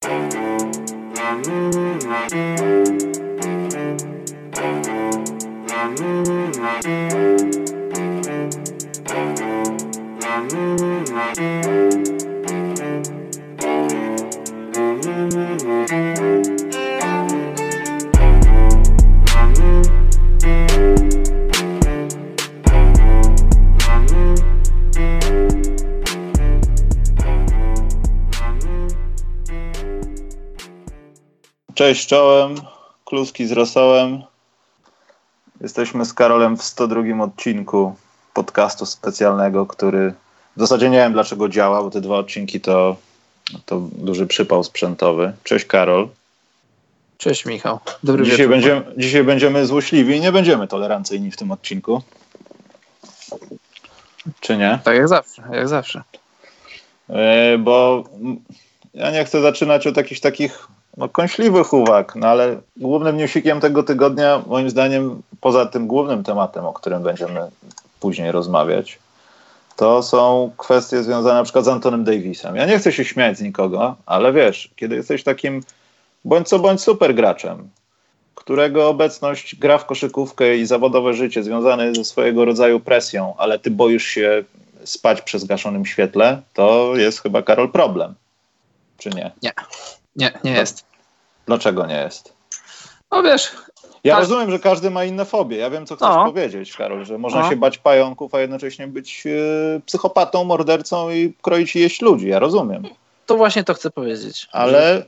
Cześć czołem, kluski z rosołem. Jesteśmy z Karolem w 102 odcinku podcastu specjalnego, który w zasadzie nie wiem dlaczego działa, bo te 2 odcinki to duży przypał sprzętowy. Cześć Karol. Cześć Michał. Dobry wieczór. Dzisiaj będziemy złośliwi i nie będziemy tolerancyjni w tym odcinku. Czy nie? Tak jak zawsze. Bo ja nie chcę zaczynać od jakichś takich kąśliwych uwag, no ale głównym newsikiem tego tygodnia, moim zdaniem, poza tym głównym tematem, o którym będziemy później rozmawiać, to są kwestie związane na przykład z Antonym Davisem. Ja nie chcę się śmiać z nikogo, ale wiesz, kiedy jesteś takim bądź super graczem, którego obecność gra w koszykówkę i zawodowe życie związane ze swojego rodzaju presją, ale ty boisz się spać przy zgaszonym świetle, to jest chyba, Karol, problem. Czy nie? Nie jest. Dlaczego nie jest? No wiesz... Ja rozumiem, że każdy ma inne fobie. Ja wiem, co chcesz powiedzieć, Karol, że można się bać pająków, a jednocześnie być psychopatą, mordercą i kroić i jeść ludzi. Ja rozumiem. To właśnie to chcę powiedzieć. Ale...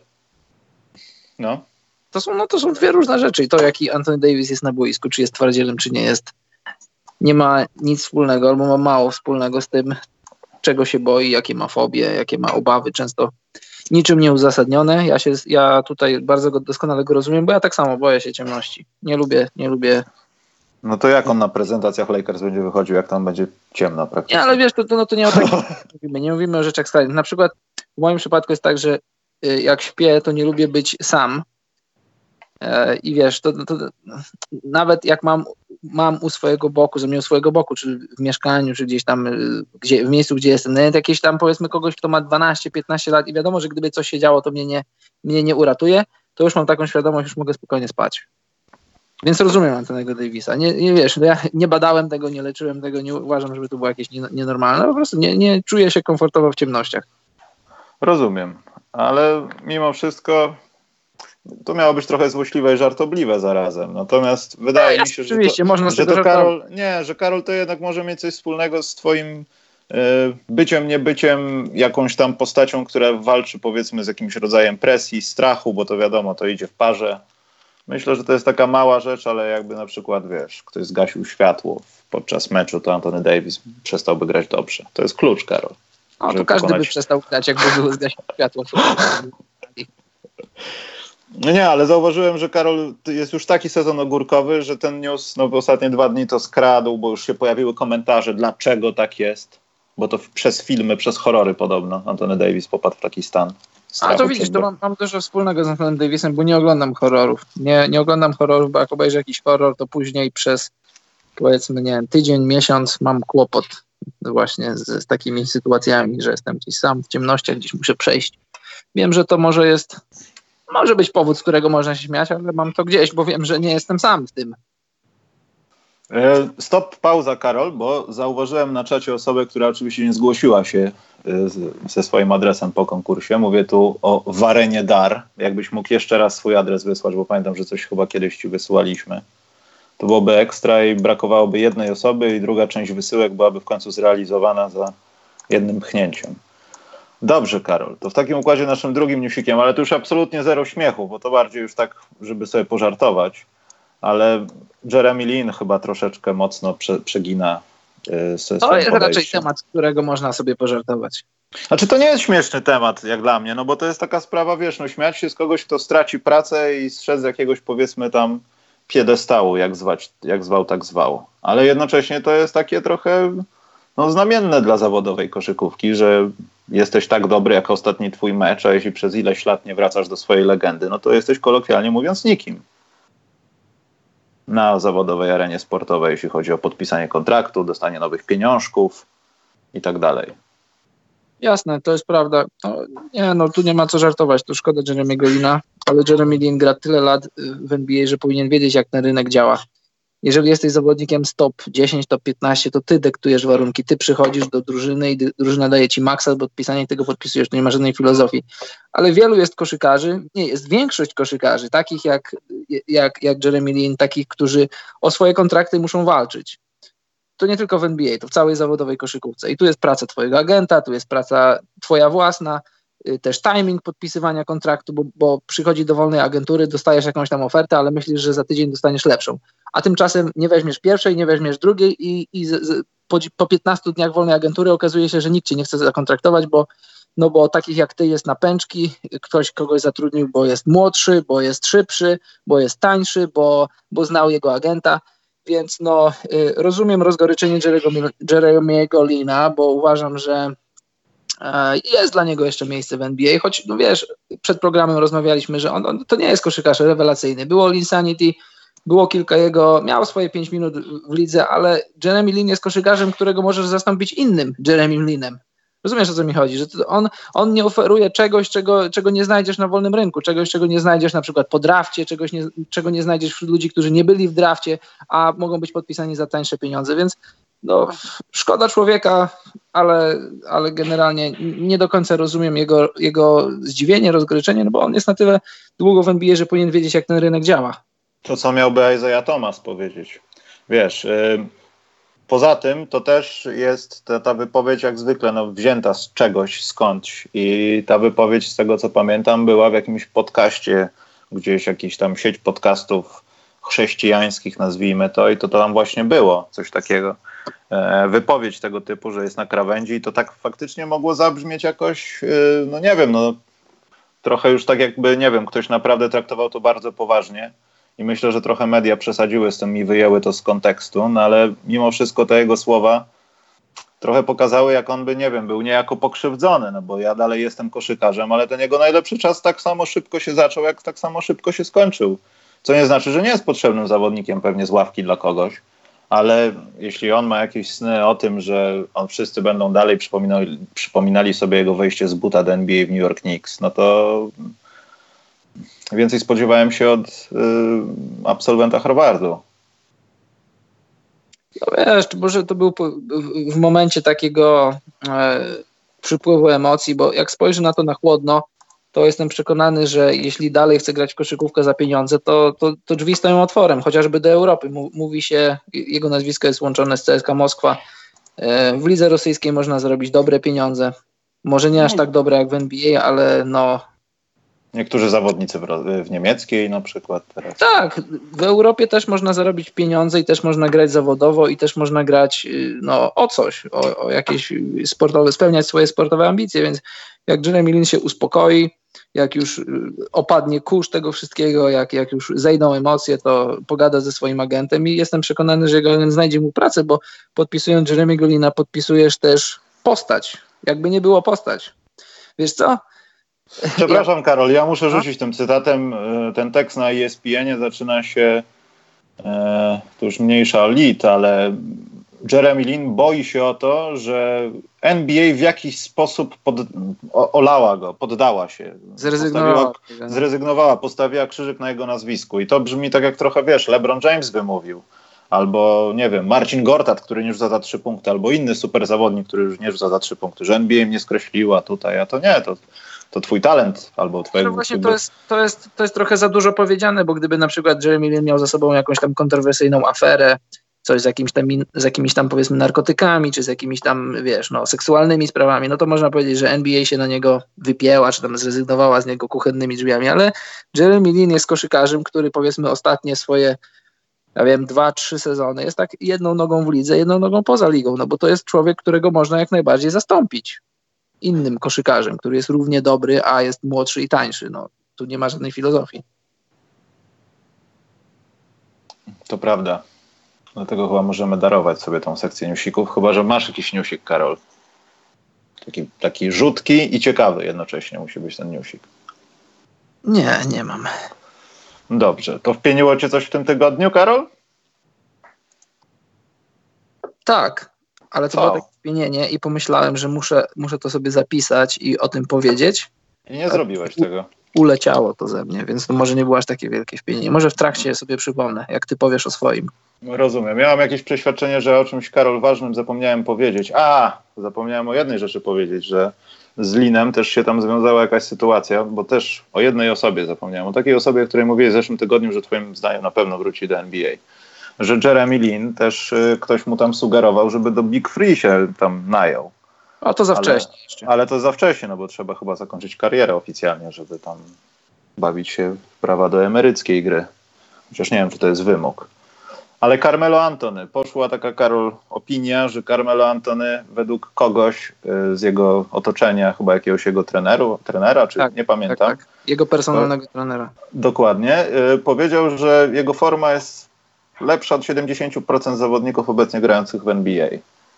To są dwie różne rzeczy. I to, jaki Anthony Davis jest na boisku, czy jest twardzielem, czy nie jest, nie ma nic wspólnego, albo ma mało wspólnego z tym, czego się boi, jakie ma fobie, jakie ma obawy, często niczym nieuzasadnione. Ja tutaj bardzo doskonale go rozumiem, bo ja tak samo boję się ciemności. Nie lubię. No to jak on na prezentacjach Lakers będzie wychodził, jak tam będzie ciemno praktycznie? Nie, ale wiesz, to nie o takim mówimy. Nie mówimy o rzeczach skrajnych. Na przykład w moim przypadku jest tak, że jak śpię, to nie lubię być sam. I wiesz, to nawet jak mam u swojego boku, ze mnie u swojego boku, czy w mieszkaniu, czy gdzieś tam, w miejscu, gdzie jestem, nawet jakieś tam, powiedzmy, kogoś, kto ma 12-15 lat i wiadomo, że gdyby coś się działo, to mnie nie uratuje, to już mam taką świadomość, już mogę spokojnie spać. Więc rozumiem Antonego Davisa. Nie wiesz, ja nie badałem tego, nie leczyłem tego, nie uważam, żeby to było jakieś nienormalne, po prostu nie czuję się komfortowo w ciemnościach. Rozumiem, ale mimo wszystko to miało być trochę złośliwe i żartobliwe zarazem. Natomiast wydaje mi się, że Karol to jednak może mieć coś wspólnego z twoim byciem, niebyciem, jakąś tam postacią, która walczy, powiedzmy, z jakimś rodzajem presji, strachu, bo to wiadomo, to idzie w parze. Myślę, że to jest taka mała rzecz, ale jakby na przykład, wiesz, ktoś zgasił światło podczas meczu, to Anthony Davis przestałby grać dobrze. To jest klucz, Karol. No to każdy by przestał grać, jakby było zgasić światło. Nie, ale zauważyłem, że Karol, jest już taki sezon ogórkowy, że ten news w ostatnie 2 dni to skradł, bo już się pojawiły komentarze, dlaczego tak jest. Bo to przez filmy, przez horrory podobno Anthony Davis popadł w taki stan. A to widzisz, to mam dużo wspólnego z Antonym Davisem, bo nie oglądam horrorów. Nie oglądam horrorów, bo jak obejrzę jakiś horror, to później przez, powiedzmy, nie wiem, tydzień, miesiąc mam kłopot właśnie z takimi sytuacjami, że jestem gdzieś sam w ciemnościach, gdzieś muszę przejść. Wiem, że to może być powód, z którego można się śmiać, ale mam to gdzieś, bo wiem, że nie jestem sam w tym. Stop, pauza, Karol, bo zauważyłem na czacie osobę, która oczywiście nie zgłosiła się ze swoim adresem po konkursie. Mówię tu o Warenie Dar. Jakbyś mógł jeszcze raz swój adres wysłać, bo pamiętam, że coś chyba kiedyś ci wysyłaliśmy. To byłoby ekstra i brakowałoby jednej osoby i druga część wysyłek byłaby w końcu zrealizowana za jednym pchnięciem. Dobrze, Karol, to w takim układzie naszym drugim newsikiem, ale to już absolutnie zero śmiechu, bo to bardziej już tak, żeby sobie pożartować, ale Jeremy Lin chyba troszeczkę mocno przegina ze swoim podejściem. To jest raczej temat, z którego można sobie pożartować. Znaczy to nie jest śmieszny temat, jak dla mnie, no bo to jest taka sprawa, wiesz, no śmiać się z kogoś, kto straci pracę i zszedł z jakiegoś, powiedzmy tam, piedestału, jak zwał, tak zwał. Ale jednocześnie to jest takie trochę znamienne dla zawodowej koszykówki, że jesteś tak dobry jak ostatni twój mecz, a jeśli przez ileś lat nie wracasz do swojej legendy, no to jesteś kolokwialnie mówiąc nikim na zawodowej arenie sportowej, jeśli chodzi o podpisanie kontraktu, dostanie nowych pieniążków i tak dalej. Jasne, to jest prawda. Tu nie ma co żartować, to szkoda Jeremy'ego Lina, ale Jeremy Lin gra tyle lat w NBA, że powinien wiedzieć, jak ten rynek działa. Jeżeli jesteś zawodnikiem z top 10, top 15, to ty dyktujesz warunki, ty przychodzisz do drużyny i drużyna daje ci maksa, bo podpisanie i tego podpisujesz, to nie ma żadnej filozofii. Ale wielu jest koszykarzy, jest większość koszykarzy, takich jak Jeremy Lin, takich, którzy o swoje kontrakty muszą walczyć. To nie tylko w NBA, to w całej zawodowej koszykówce. I tu jest praca twojego agenta, tu jest praca twoja własna, też timing podpisywania kontraktu, bo przychodzi do wolnej agentury, dostajesz jakąś tam ofertę, ale myślisz, że za tydzień dostaniesz lepszą. A tymczasem nie weźmiesz pierwszej, nie weźmiesz drugiej i po 15 dniach wolnej agentury okazuje się, że nikt cię nie chce zakontraktować, bo takich jak ty jest na pęczki, ktoś kogoś zatrudnił, bo jest młodszy, bo jest szybszy, bo jest tańszy, bo znał jego agenta. Więc rozumiem rozgoryczenie Jeremy'ego Lina, bo uważam, że jest dla niego jeszcze miejsce w NBA, choć przed programem rozmawialiśmy, że on to nie jest koszykarz rewelacyjny. Było Linsanity, było kilka miał swoje 5 minut w lidze, ale Jeremy Lin jest koszykarzem, którego możesz zastąpić innym Jeremy Linem. Rozumiesz, o co mi chodzi? Że on nie oferuje czegoś, czego nie znajdziesz na wolnym rynku, czegoś, czego nie znajdziesz na przykład po drafcie, czego nie znajdziesz wśród ludzi, którzy nie byli w drafcie, a mogą być podpisani za tańsze pieniądze, więc szkoda człowieka, ale generalnie nie do końca rozumiem jego zdziwienie, rozgoryczenie, bo on jest na tyle długo w NBA, że powinien wiedzieć, jak ten rynek działa. To, co miałby Isaiah Thomas powiedzieć. Wiesz, poza tym to też jest ta wypowiedź jak zwykle wzięta z czegoś, skądś. I ta wypowiedź, z tego co pamiętam, była w jakimś podcaście, gdzieś jakiś tam sieć podcastów chrześcijańskich, nazwijmy to, i to tam właśnie było coś takiego. Wypowiedź tego typu, że jest na krawędzi, i to tak faktycznie mogło zabrzmieć jakoś, nie wiem, trochę już tak jakby, nie wiem, ktoś naprawdę traktował to bardzo poważnie. I myślę, że trochę media przesadziły z tym i wyjęły to z kontekstu, ale mimo wszystko te jego słowa trochę pokazały, jak on by, nie wiem, był niejako pokrzywdzony, bo ja dalej jestem koszykarzem, ale ten jego najlepszy czas tak samo szybko się zaczął, jak tak samo szybko się skończył. Co nie znaczy, że nie jest potrzebnym zawodnikiem pewnie z ławki dla kogoś, ale jeśli on ma jakieś sny o tym, że wszyscy będą dalej przypominali sobie jego wejście z buta do NBA w New York Knicks, to więcej spodziewałem się od absolwenta Harvardu. Może to był w momencie takiego przypływu emocji, bo jak spojrzę na to na chłodno, to jestem przekonany, że jeśli dalej chce grać w koszykówkę za pieniądze, to drzwi stoją otworem, chociażby do Europy. Mówi się, jego nazwisko jest łączone z CSKA Moskwa. W lidze rosyjskiej można zarobić dobre pieniądze. Może nie aż tak dobre jak w NBA, ale Niektórzy zawodnicy w niemieckiej na przykład teraz. Tak, w Europie też można zarobić pieniądze i też można grać zawodowo i też można grać o coś, o jakieś sportowe, spełniać swoje sportowe ambicje, więc jak Jeremy Lin się uspokoi, jak już opadnie kurz tego wszystkiego, jak już zejdą emocje, to pogada ze swoim agentem i jestem przekonany, że jego agent znajdzie mu pracę, bo podpisując Jeremy'ego Lina podpisujesz też postać, jakby nie było postać. Wiesz co? Przepraszam, Karol, ja muszę rzucić tym cytatem. Ten tekst na ESPN-ie zaczyna się, to już mniejsza lit, ale Jeremy Lin boi się o to, że NBA w jakiś sposób olała go, poddała się. Zrezygnowała, postawiła krzyżyk na jego nazwisku. I to brzmi tak, jak trochę, LeBron James by mówił. Albo, nie wiem, Marcin Gortat, który nie rzuca za 3 punkty, albo inny super zawodnik, który już nie rzuca za 3 punkty, że NBA mnie skreśliła tutaj, a to nie, to twój talent albo twojego... Właśnie to jest trochę za dużo powiedziane, bo gdyby na przykład Jeremy Lin miał za sobą jakąś tam kontrowersyjną aferę, coś z jakimiś tam powiedzmy narkotykami, czy z jakimiś tam, seksualnymi sprawami, to można powiedzieć, że NBA się na niego wypięła, czy tam zrezygnowała z niego kuchennymi drzwiami, ale Jeremy Lin jest koszykarzem, który powiedzmy ostatnie swoje 2-3 sezony jest tak jedną nogą w lidze, jedną nogą poza ligą, bo to jest człowiek, którego można jak najbardziej zastąpić innym koszykarzem, który jest równie dobry, a jest młodszy i tańszy. Tu nie ma żadnej filozofii. To prawda. Dlatego chyba możemy darować sobie tą sekcję newsików, chyba że masz jakiś newsik, Karol. Taki rzutki i ciekawy jednocześnie musi być ten newsik. Nie mam. Dobrze. To wpieniło cię coś w tym tygodniu, Karol? Tak. ale to Co? było takie spienienie i pomyślałem, że muszę to sobie zapisać i o tym powiedzieć. I nie zrobiłeś tego. Uleciało to ze mnie, więc to może nie było aż takie wielkie wpienienie. Może w trakcie sobie przypomnę, jak ty powiesz o swoim. Rozumiem. Miałem jakieś przeświadczenie, że o czymś, Karol, ważnym zapomniałem powiedzieć. Zapomniałem o jednej rzeczy powiedzieć, że z Linem też się tam związała jakaś sytuacja, bo też o jednej osobie zapomniałem. O takiej osobie, o której mówiłeś w zeszłym tygodniu, że twoim zdaniem na pewno wróci do NBA. Że Jeremy Lin też ktoś mu tam sugerował, żeby do Big Free się tam najął. O, to za wcześnie jeszcze. Ale to za wcześnie, no bo trzeba chyba zakończyć karierę oficjalnie, żeby tam bawić się w prawa do emeryckiej gry. Chociaż nie wiem, czy to jest wymóg. Ale Carmelo Anthony. Poszła taka, Karol, opinia, że Carmelo Anthony według kogoś z jego otoczenia, chyba jakiegoś jego trenera, czy tak, nie pamiętam. Tak. Jego personalnego trenera. Dokładnie. Powiedział, że jego forma jest lepsza od 70% zawodników obecnie grających w NBA.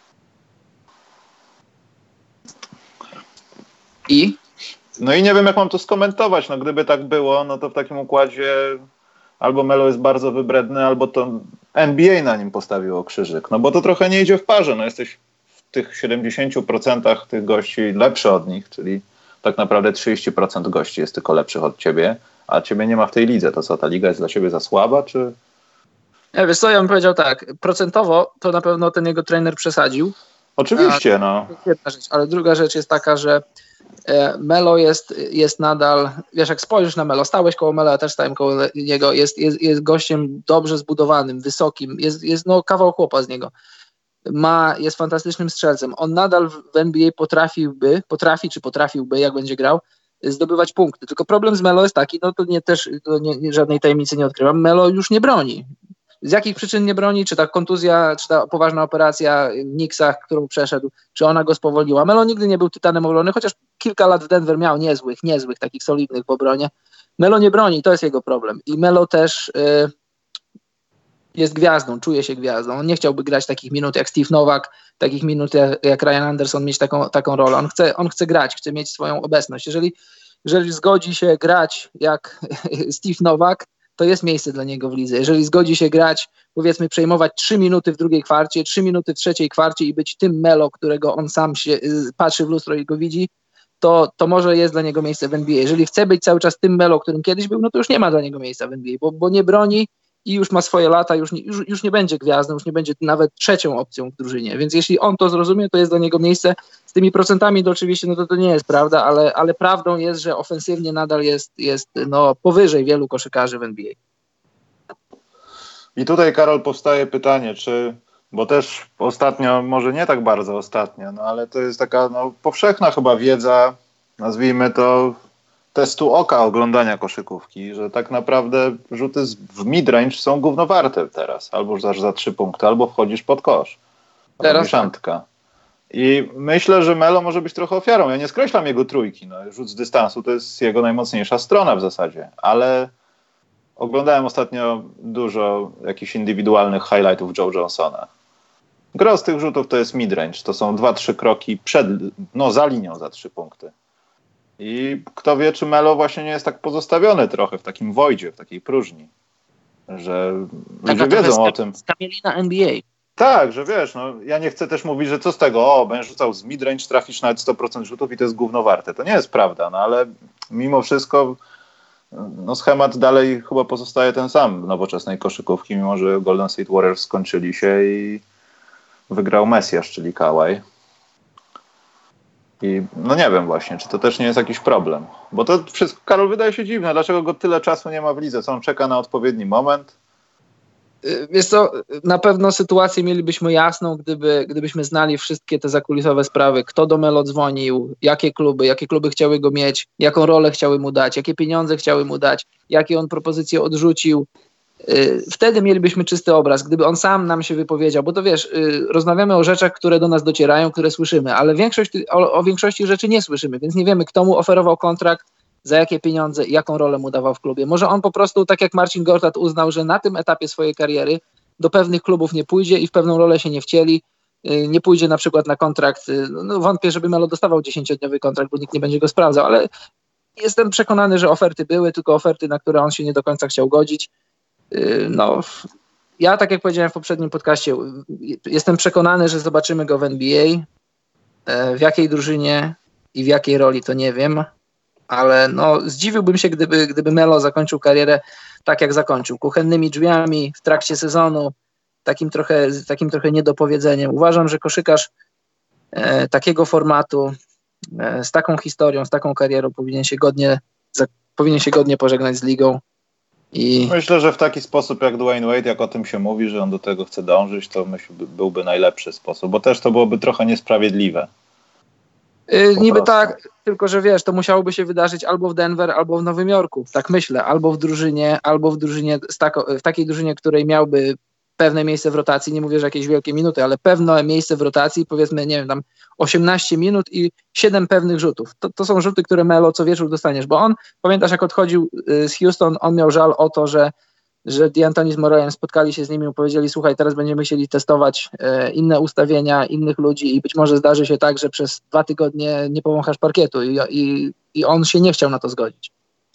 I? No i nie wiem, jak mam to skomentować. No gdyby tak było, no to w takim układzie albo Melo jest bardzo wybredny, albo to NBA na nim postawiło krzyżyk. No bo to trochę nie idzie w parze. No jesteś w tych 70% tych gości lepszy od nich, czyli tak naprawdę 30% gości jest tylko lepszych od ciebie, a ciebie nie ma w tej lidze. To co, ta liga jest dla ciebie za słaba, czy... Ja wiesz co, ja bym powiedział tak, procentowo to na pewno ten jego trener przesadził. Oczywiście, no. To jest jedna rzecz, ale druga rzecz jest taka, że Melo jest nadal, wiesz, jak spojrzysz na Melo, stałeś koło Melo, ja też stałem koło niego, jest gościem dobrze zbudowanym, wysokim, jest no kawał chłopa z niego. Jest fantastycznym strzelcem. On nadal w NBA potrafiłby, jak będzie grał, zdobywać punkty. Tylko problem z Melo jest taki, no to żadnej tajemnicy nie odkrywam, Melo już nie broni. Z jakich przyczyn nie broni? Czy ta kontuzja, czy ta poważna operacja w Knicksach, którą przeszedł, czy ona go spowolniła? Melo nigdy nie był tytanem obrony, chociaż kilka lat w Denver miał niezłych, takich solidnych w obronie. Melo nie broni, to jest jego problem. I Melo też jest gwiazdą, czuje się gwiazdą. On nie chciałby grać takich minut jak Steve Nowak, takich minut jak Ryan Anderson, mieć taką rolę. On chce grać, chce mieć swoją obecność. Jeżeli zgodzi się grać jak Steve Nowak, to jest miejsce dla niego w lidze. Jeżeli zgodzi się grać, powiedzmy, przejmować 3 minuty w drugiej kwarcie, 3 minuty w trzeciej kwarcie i być tym Melo, którego on sam się patrzy w lustro i go widzi, to może jest dla niego miejsce w NBA. Jeżeli chce być cały czas tym Melo, którym kiedyś był, no to już nie ma dla niego miejsca w NBA, bo nie broni i już ma swoje lata, już nie będzie gwiazdą, już nie będzie nawet trzecią opcją w drużynie. Więc jeśli on to zrozumie, to jest dla niego miejsce. Z tymi procentami to oczywiście to nie jest prawda, ale prawdą jest, że ofensywnie nadal jest powyżej wielu koszykarzy w NBA. I tutaj, Karol, powstaje pytanie, bo też ostatnio, może nie tak bardzo ostatnio, no ale to jest taka powszechna chyba wiedza, nazwijmy to testu oka oglądania koszykówki, że tak naprawdę rzuty w midrange są gównowarte teraz. Albo rzucasz za 3 punkty, albo wchodzisz pod kosz. Teraz tak. I myślę, że Melo może być trochę ofiarą. Ja nie skreślam jego trójki. No, rzut z dystansu to jest jego najmocniejsza strona w zasadzie. Ale oglądałem ostatnio dużo jakichś indywidualnych highlightów Joe Johnsona. Gros tych rzutów to jest midrange. To są 2-3 kroki za linią za 3 punkty. I kto wie, czy Melo właśnie nie jest tak pozostawiony trochę w takim wojdzie, w takiej próżni. Że ludzie wiedzą o tym. Skamielina NBA. Tak, że wiesz, ja nie chcę też mówić, że co z tego, będziesz rzucał z midrange, trafisz nawet 100% rzutów i to jest gówno warte. To nie jest prawda, ale mimo wszystko schemat dalej chyba pozostaje ten sam w nowoczesnej koszykówki, mimo że Golden State Warriors skończyli się i wygrał Mesjasz, czyli Kawhi. I nie wiem właśnie, czy to też nie jest jakiś problem. Bo to wszystko, Karol, wydaje się dziwne. Dlaczego go tyle czasu nie ma w lidze? Co on czeka na odpowiedni moment? Wiesz co, na pewno sytuację mielibyśmy jasną, gdybyśmy znali wszystkie te zakulisowe sprawy. Kto do Melo dzwonił, jakie kluby chciały go mieć, jaką rolę chciały mu dać, jakie pieniądze chciały mu dać, jakie on propozycje odrzucił. Wtedy mielibyśmy czysty obraz, gdyby on sam nam się wypowiedział, bo to wiesz, rozmawiamy o rzeczach, które do nas docierają, które słyszymy, ale o większości rzeczy nie słyszymy, więc nie wiemy, kto mu oferował kontrakt, za jakie pieniądze i jaką rolę mu dawał w klubie. Może on po prostu, tak jak Marcin Gortat, uznał, że na tym etapie swojej kariery do pewnych klubów nie pójdzie i w pewną rolę się nie wcieli, nie pójdzie na przykład na kontrakt, wątpię, żeby Melo dostawał 10-dniowy kontrakt, bo nikt nie będzie go sprawdzał, ale jestem przekonany, że oferty były, tylko oferty, na które on się nie do końca chciał godzić. ja, tak jak powiedziałem w poprzednim podcaście, jestem przekonany, że zobaczymy go w NBA. W jakiej drużynie i w jakiej roli, to nie wiem, ale no, zdziwiłbym się, gdyby Melo zakończył karierę tak, jak zakończył. Kuchennymi drzwiami w trakcie sezonu, takim trochę niedopowiedzeniem. Uważam, że koszykarz takiego formatu, z taką historią, z taką karierą powinien się godnie pożegnać z ligą. Myślę, że w taki sposób jak Dwayne Wade, jak o tym się mówi, że on do tego chce dążyć, to myślę, byłby najlepszy sposób, bo też to byłoby trochę niesprawiedliwe. Niby tak, tylko że wiesz, to musiałoby się wydarzyć albo w Denver, albo w Nowym Jorku, tak myślę, albo w drużynie w takiej drużynie, której miałby pewne miejsce w rotacji, nie mówię, że jakieś wielkie minuty, ale pewne miejsce w rotacji, powiedzmy, nie wiem, tam 18 minut i 7 pewnych rzutów. To są rzuty, które Melo co wieczór dostaniesz, bo on, pamiętasz, jak odchodził z Houston, on miał żal o to, że D'Antoni z Moreyem spotkali się z nimi i powiedzieli, słuchaj, teraz będziemy chcieli testować inne ustawienia, innych ludzi i być może zdarzy się tak, że przez 2 tygodnie nie powąchasz parkietu i on się nie chciał na to zgodzić.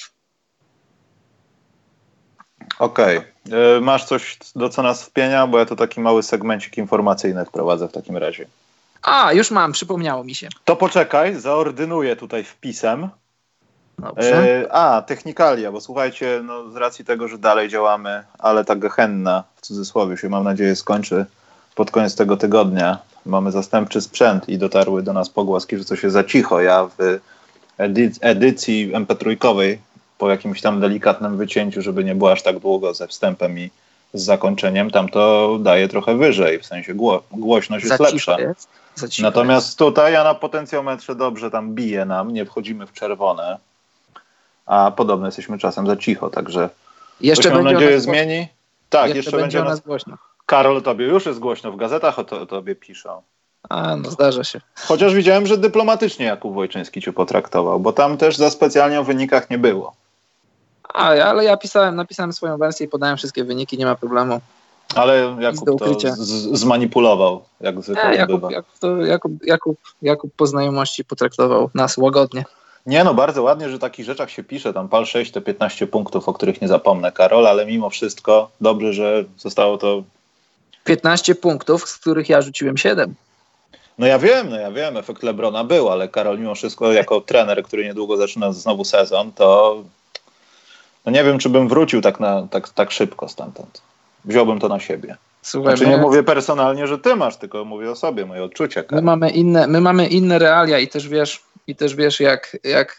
Okej. Masz coś, do co nas wpienia? Bo ja to taki mały segmencik informacyjny wprowadzę w takim razie. Już mam, przypomniało mi się. To poczekaj, zaordynuję tutaj wpisem. Dobrze. Technikalia, bo słuchajcie, no z racji tego, że dalej działamy, ale ta gehenna, w cudzysłowie się mam nadzieję skończy pod koniec tego tygodnia. Mamy zastępczy sprzęt i dotarły do nas pogłoski, że coś jest za cicho. Ja w edycji MP3-kowej po jakimś tam delikatnym wycięciu, żeby nie było aż tak długo ze wstępem i z zakończeniem, tam to daje trochę wyżej, w sensie głośność jest lepsza. Natomiast tutaj ja na potencjometrze dobrze tam bije nam, nie wchodzimy w czerwone, a podobno jesteśmy czasem za cicho, także jeszcze to się mam nadzieję zmieni. Tak, jeszcze będzie u nas głośno. Karol, tobie już jest głośno, w gazetach o tobie piszą. No zdarza się. Chociaż widziałem, że dyplomatycznie Jakub Wojczyński cię potraktował, bo tam też za specjalnie o wynikach nie było. Ale ja napisałem swoją wersję i podałem wszystkie wyniki, nie ma problemu. Ale Jakub to zmanipulował, jak zwykle bywa. Jakub po znajomości potraktował nas łagodnie. Nie no, bardzo ładnie, że o takich rzeczach się pisze. Tam pal 6 to 15 punktów, o których nie zapomnę, Karol, ale mimo wszystko dobrze, że zostało to... 15 punktów, z których ja rzuciłem 7. No ja wiem, efekt LeBrona był, ale Karol mimo wszystko jako trener, który niedługo zaczyna znowu sezon, to no nie wiem, czy bym wrócił tak szybko stamtąd. Wziąłbym to na siebie. Słuchaj, nie mówię personalnie, że ty masz, tylko mówię o sobie, moje odczucia. Karol. My mamy inne realia i też wiesz jak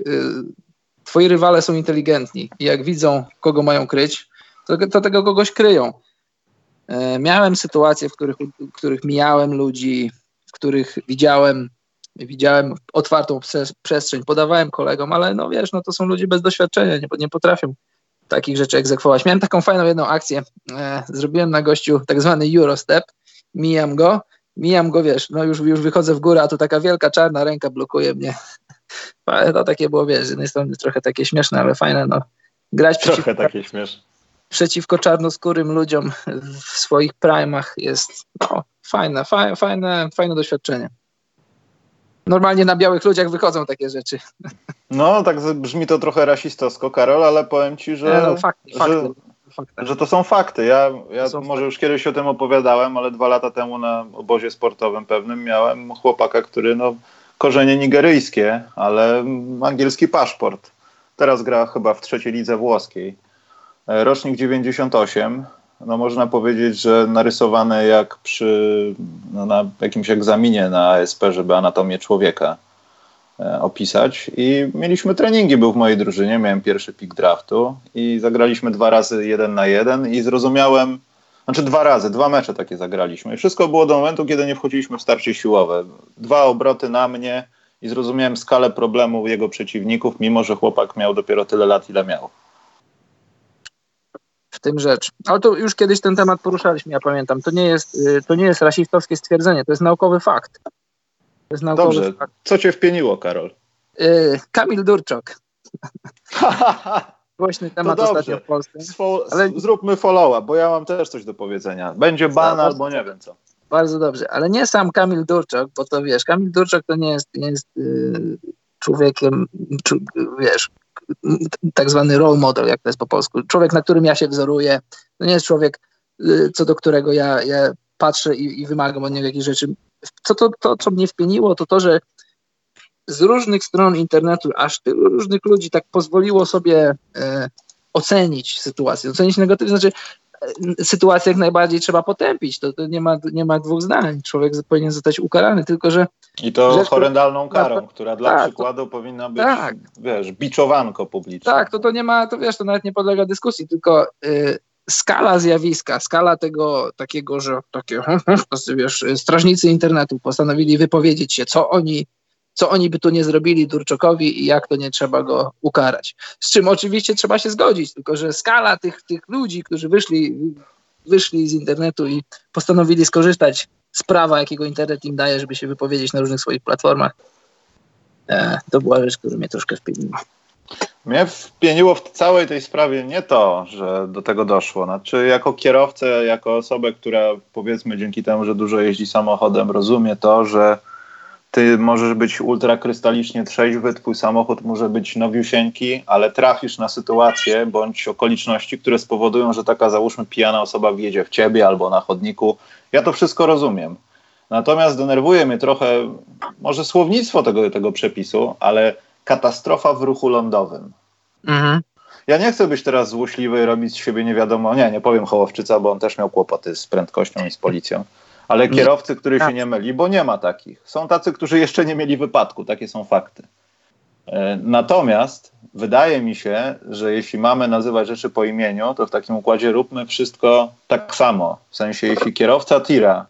twoi rywale są inteligentni i jak widzą, kogo mają kryć, to tego kogoś kryją. Miałem sytuacje, w których mijałem ludzi, w których widziałem otwartą przestrzeń, podawałem kolegom, ale no wiesz, no to są ludzie bez doświadczenia, nie potrafią takich rzeczy egzekwować. Miałem taką fajną jedną akcję, zrobiłem na gościu tak zwany Eurostep, mijam go, wiesz, no już wychodzę w górę, a tu taka wielka czarna ręka blokuje mnie. To takie było, wiesz, z jednej strony trochę takie śmieszne, ale fajne, no. Grać przeciwko czarnoskórym ludziom w swoich primach jest fajne doświadczenie. Normalnie na białych ludziach wychodzą takie rzeczy. No, tak brzmi to trochę rasistowsko, Karol, ale powiem ci, że że to są fakty. Ja może już kiedyś o tym opowiadałem, ale 2 lata temu na obozie sportowym pewnym miałem chłopaka, który korzenie nigeryjskie, ale angielski paszport. Teraz gra chyba w 3. lidze włoskiej. Rocznik 98. No można powiedzieć, że narysowany jak na jakimś egzaminie na ASP, żeby anatomię człowieka opisać. I mieliśmy treningi, był w mojej drużynie, miałem pierwszy pik draftu i zagraliśmy 2 razy 1 na 1 i zrozumiałem, 2 mecze takie zagraliśmy. I wszystko było do momentu, kiedy nie wchodziliśmy w starcie siłowe. 2 obroty na mnie i zrozumiałem skalę problemu jego przeciwników, mimo że chłopak miał dopiero tyle lat, ile miał. W tym rzecz. Ale to już kiedyś ten temat poruszaliśmy, ja pamiętam. To nie jest rasistowskie stwierdzenie, to jest naukowy fakt. Dobrze, co cię wpieniło, Karol? Kamil Durczok. Głośny temat ostatnio w Polsce. Zróbmy follow-up, bo ja mam też coś do powiedzenia. Będzie ban albo nie wiem co. Bardzo dobrze, ale nie sam Kamil Durczok, bo to wiesz, Kamil Durczok to nie jest człowiekiem, wiesz, tak zwany role model, jak to jest po polsku. Człowiek, na którym ja się wzoruję. To nie jest człowiek, co do którego ja patrzę i wymagam od niego jakichś rzeczy. Co mnie wpieniło, to, że z różnych stron internetu aż tylu różnych ludzi tak pozwoliło sobie ocenić sytuację. Ocenić negatywnie, znaczy sytuację jak najbardziej trzeba potępić. To nie ma dwóch zdań. Człowiek powinien zostać ukarany, tylko że... I to horrendalną karą, która dla przykładu powinna być, biczowanko publiczne. Tak, to nie ma, to nawet nie podlega dyskusji, tylko skala zjawiska, skala tego takiego, że takie, strażnicy internetu postanowili wypowiedzieć się, co oni by tu nie zrobili Durczokowi i jak to nie trzeba go ukarać. Z czym oczywiście trzeba się zgodzić, tylko że skala tych ludzi, którzy wyszli z internetu i postanowili skorzystać z prawa, jakiego internet im daje, żeby się wypowiedzieć na różnych swoich platformach, to była rzecz, która mnie troszkę wpieniła. Mnie wpieniło w całej tej sprawie nie to, że do tego doszło. Znaczy jako kierowcę, jako osobę, która powiedzmy dzięki temu, że dużo jeździ samochodem, rozumie to, że ty możesz być ultrakrystalicznie trzeźwy, twój samochód może być nowiusieńki, ale trafisz na sytuację bądź okoliczności, które spowodują, że taka załóżmy pijana osoba wjedzie w ciebie albo na chodniku. Ja to wszystko rozumiem. Natomiast denerwuje mnie trochę może słownictwo tego przepisu, ale katastrofa w ruchu lądowym. Mhm. Ja nie chcę być teraz złośliwy i robić z siebie nie wiadomo, nie powiem Hołowczyca, bo on też miał kłopoty z prędkością i z policją. Ale kierowcy, który się nie myli, bo nie ma takich. Są tacy, którzy jeszcze nie mieli wypadku. Takie są fakty. Natomiast wydaje mi się, że jeśli mamy nazywać rzeczy po imieniu, to w takim układzie róbmy wszystko tak samo. W sensie, jeśli kierowca tira,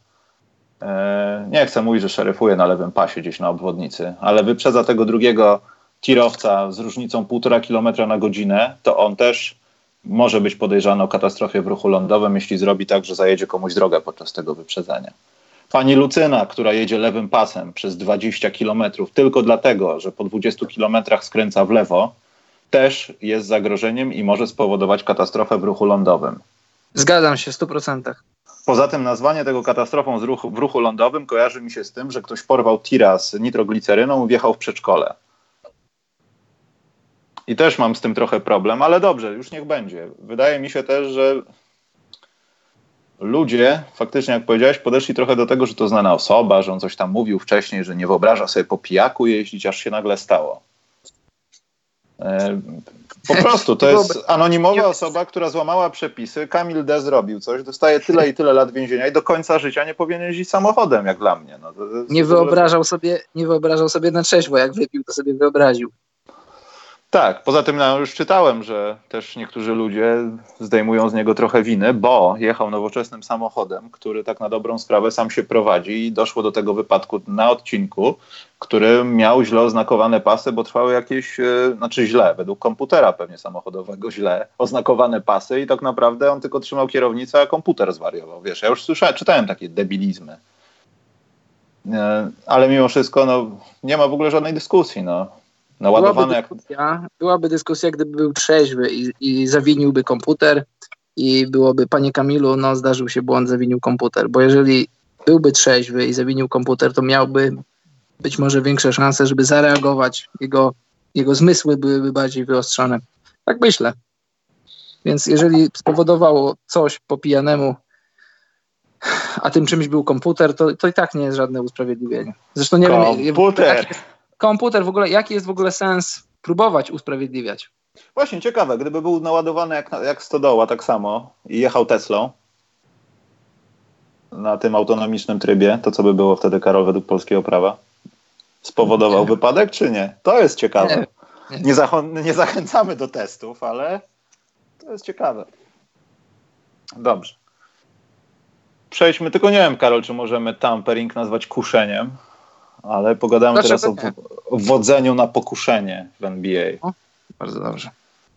nie chcę mówić, że szeryfuje na lewym pasie gdzieś na obwodnicy, ale wyprzedza tego drugiego tirowca z różnicą 1,5 km na godzinę, to on też może być podejrzany o katastrofie w ruchu lądowym, jeśli zrobi tak, że zajedzie komuś drogę podczas tego wyprzedzania. Pani Lucyna, która jedzie lewym pasem przez 20 km tylko dlatego, że po 20 km skręca w lewo, też jest zagrożeniem i może spowodować katastrofę w ruchu lądowym. Zgadzam się w 100%. Poza tym nazwanie tego katastrofą w ruchu lądowym kojarzy mi się z tym, że ktoś porwał tira z nitrogliceryną i wjechał w przedszkole. I też mam z tym trochę problem, ale dobrze, już niech będzie. Wydaje mi się też, że ludzie, faktycznie jak powiedziałeś, podeszli trochę do tego, że to znana osoba, że on coś tam mówił wcześniej, że nie wyobraża sobie po pijaku jeździć, aż się nagle stało. Po prostu, to jest anonimowa osoba, która złamała przepisy, Kamil D. zrobił coś, dostaje tyle i tyle lat więzienia i do końca życia nie powinien jeździć samochodem, jak dla mnie. No, nie wyobrażał sobie na trzeźwo, jak wypił, to sobie wyobraził. Tak, poza tym już czytałem, że też niektórzy ludzie zdejmują z niego trochę winy, bo jechał nowoczesnym samochodem, który tak na dobrą sprawę sam się prowadzi i doszło do tego wypadku na odcinku, który miał źle oznakowane pasy, bo trwały jakieś, źle, według komputera pewnie samochodowego, źle oznakowane pasy i tak naprawdę on tylko trzymał kierownicę, a komputer zwariował. Wiesz, ja już czytałem takie debilizmy. Ale mimo wszystko nie ma w ogóle żadnej dyskusji, Byłaby dyskusja, gdyby był trzeźwy i zawiniłby komputer i byłoby, panie Kamilu, zdarzył się błąd, zawinił komputer, bo jeżeli byłby trzeźwy i zawinił komputer, to miałby być może większe szanse, żeby zareagować, jego zmysły byłyby bardziej wyostrzone. Tak myślę. Więc jeżeli spowodowało coś po pijanemu, a tym czymś był komputer, to i tak nie jest żadne usprawiedliwienie. Zresztą nie wiem... Komputer w ogóle, jaki jest w ogóle sens próbować usprawiedliwiać? Właśnie, ciekawe, gdyby był naładowany jak stodoła tak samo i jechał Teslą na tym autonomicznym trybie, to co by było wtedy, Karol, według polskiego prawa? Spowodował wypadek, czy nie? To jest ciekawe. Nie zachęcamy do testów, ale to jest ciekawe. Dobrze. Przejdźmy, tylko nie wiem, Karol, czy możemy tampering nazwać kuszeniem, ale pogadamy teraz o wodzeniu na pokuszenie w NBA. O, bardzo dobrze.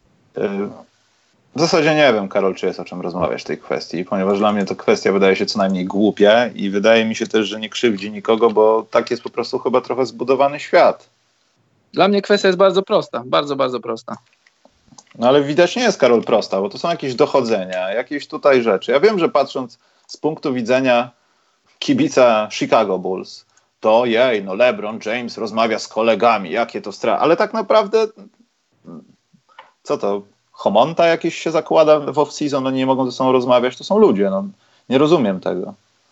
W zasadzie nie wiem, Karol, czy jest o czym rozmawiać w tej kwestii, ponieważ dla mnie to kwestia wydaje się co najmniej głupia i wydaje mi się też, że nie krzywdzi nikogo, bo tak jest po prostu chyba trochę zbudowany świat. Dla mnie kwestia jest bardzo prosta, bardzo, bardzo prosta. No ale widać nie jest, Karol, prosta, bo to są jakieś dochodzenia, jakieś tutaj rzeczy. Ja wiem, że patrząc z punktu widzenia kibica Chicago Bulls, to LeBron James rozmawia z kolegami, jakie to ale tak naprawdę co to? homonta jakieś się zakłada w off-season, oni nie mogą ze sobą rozmawiać, to są ludzie, no. Nie rozumiem tego.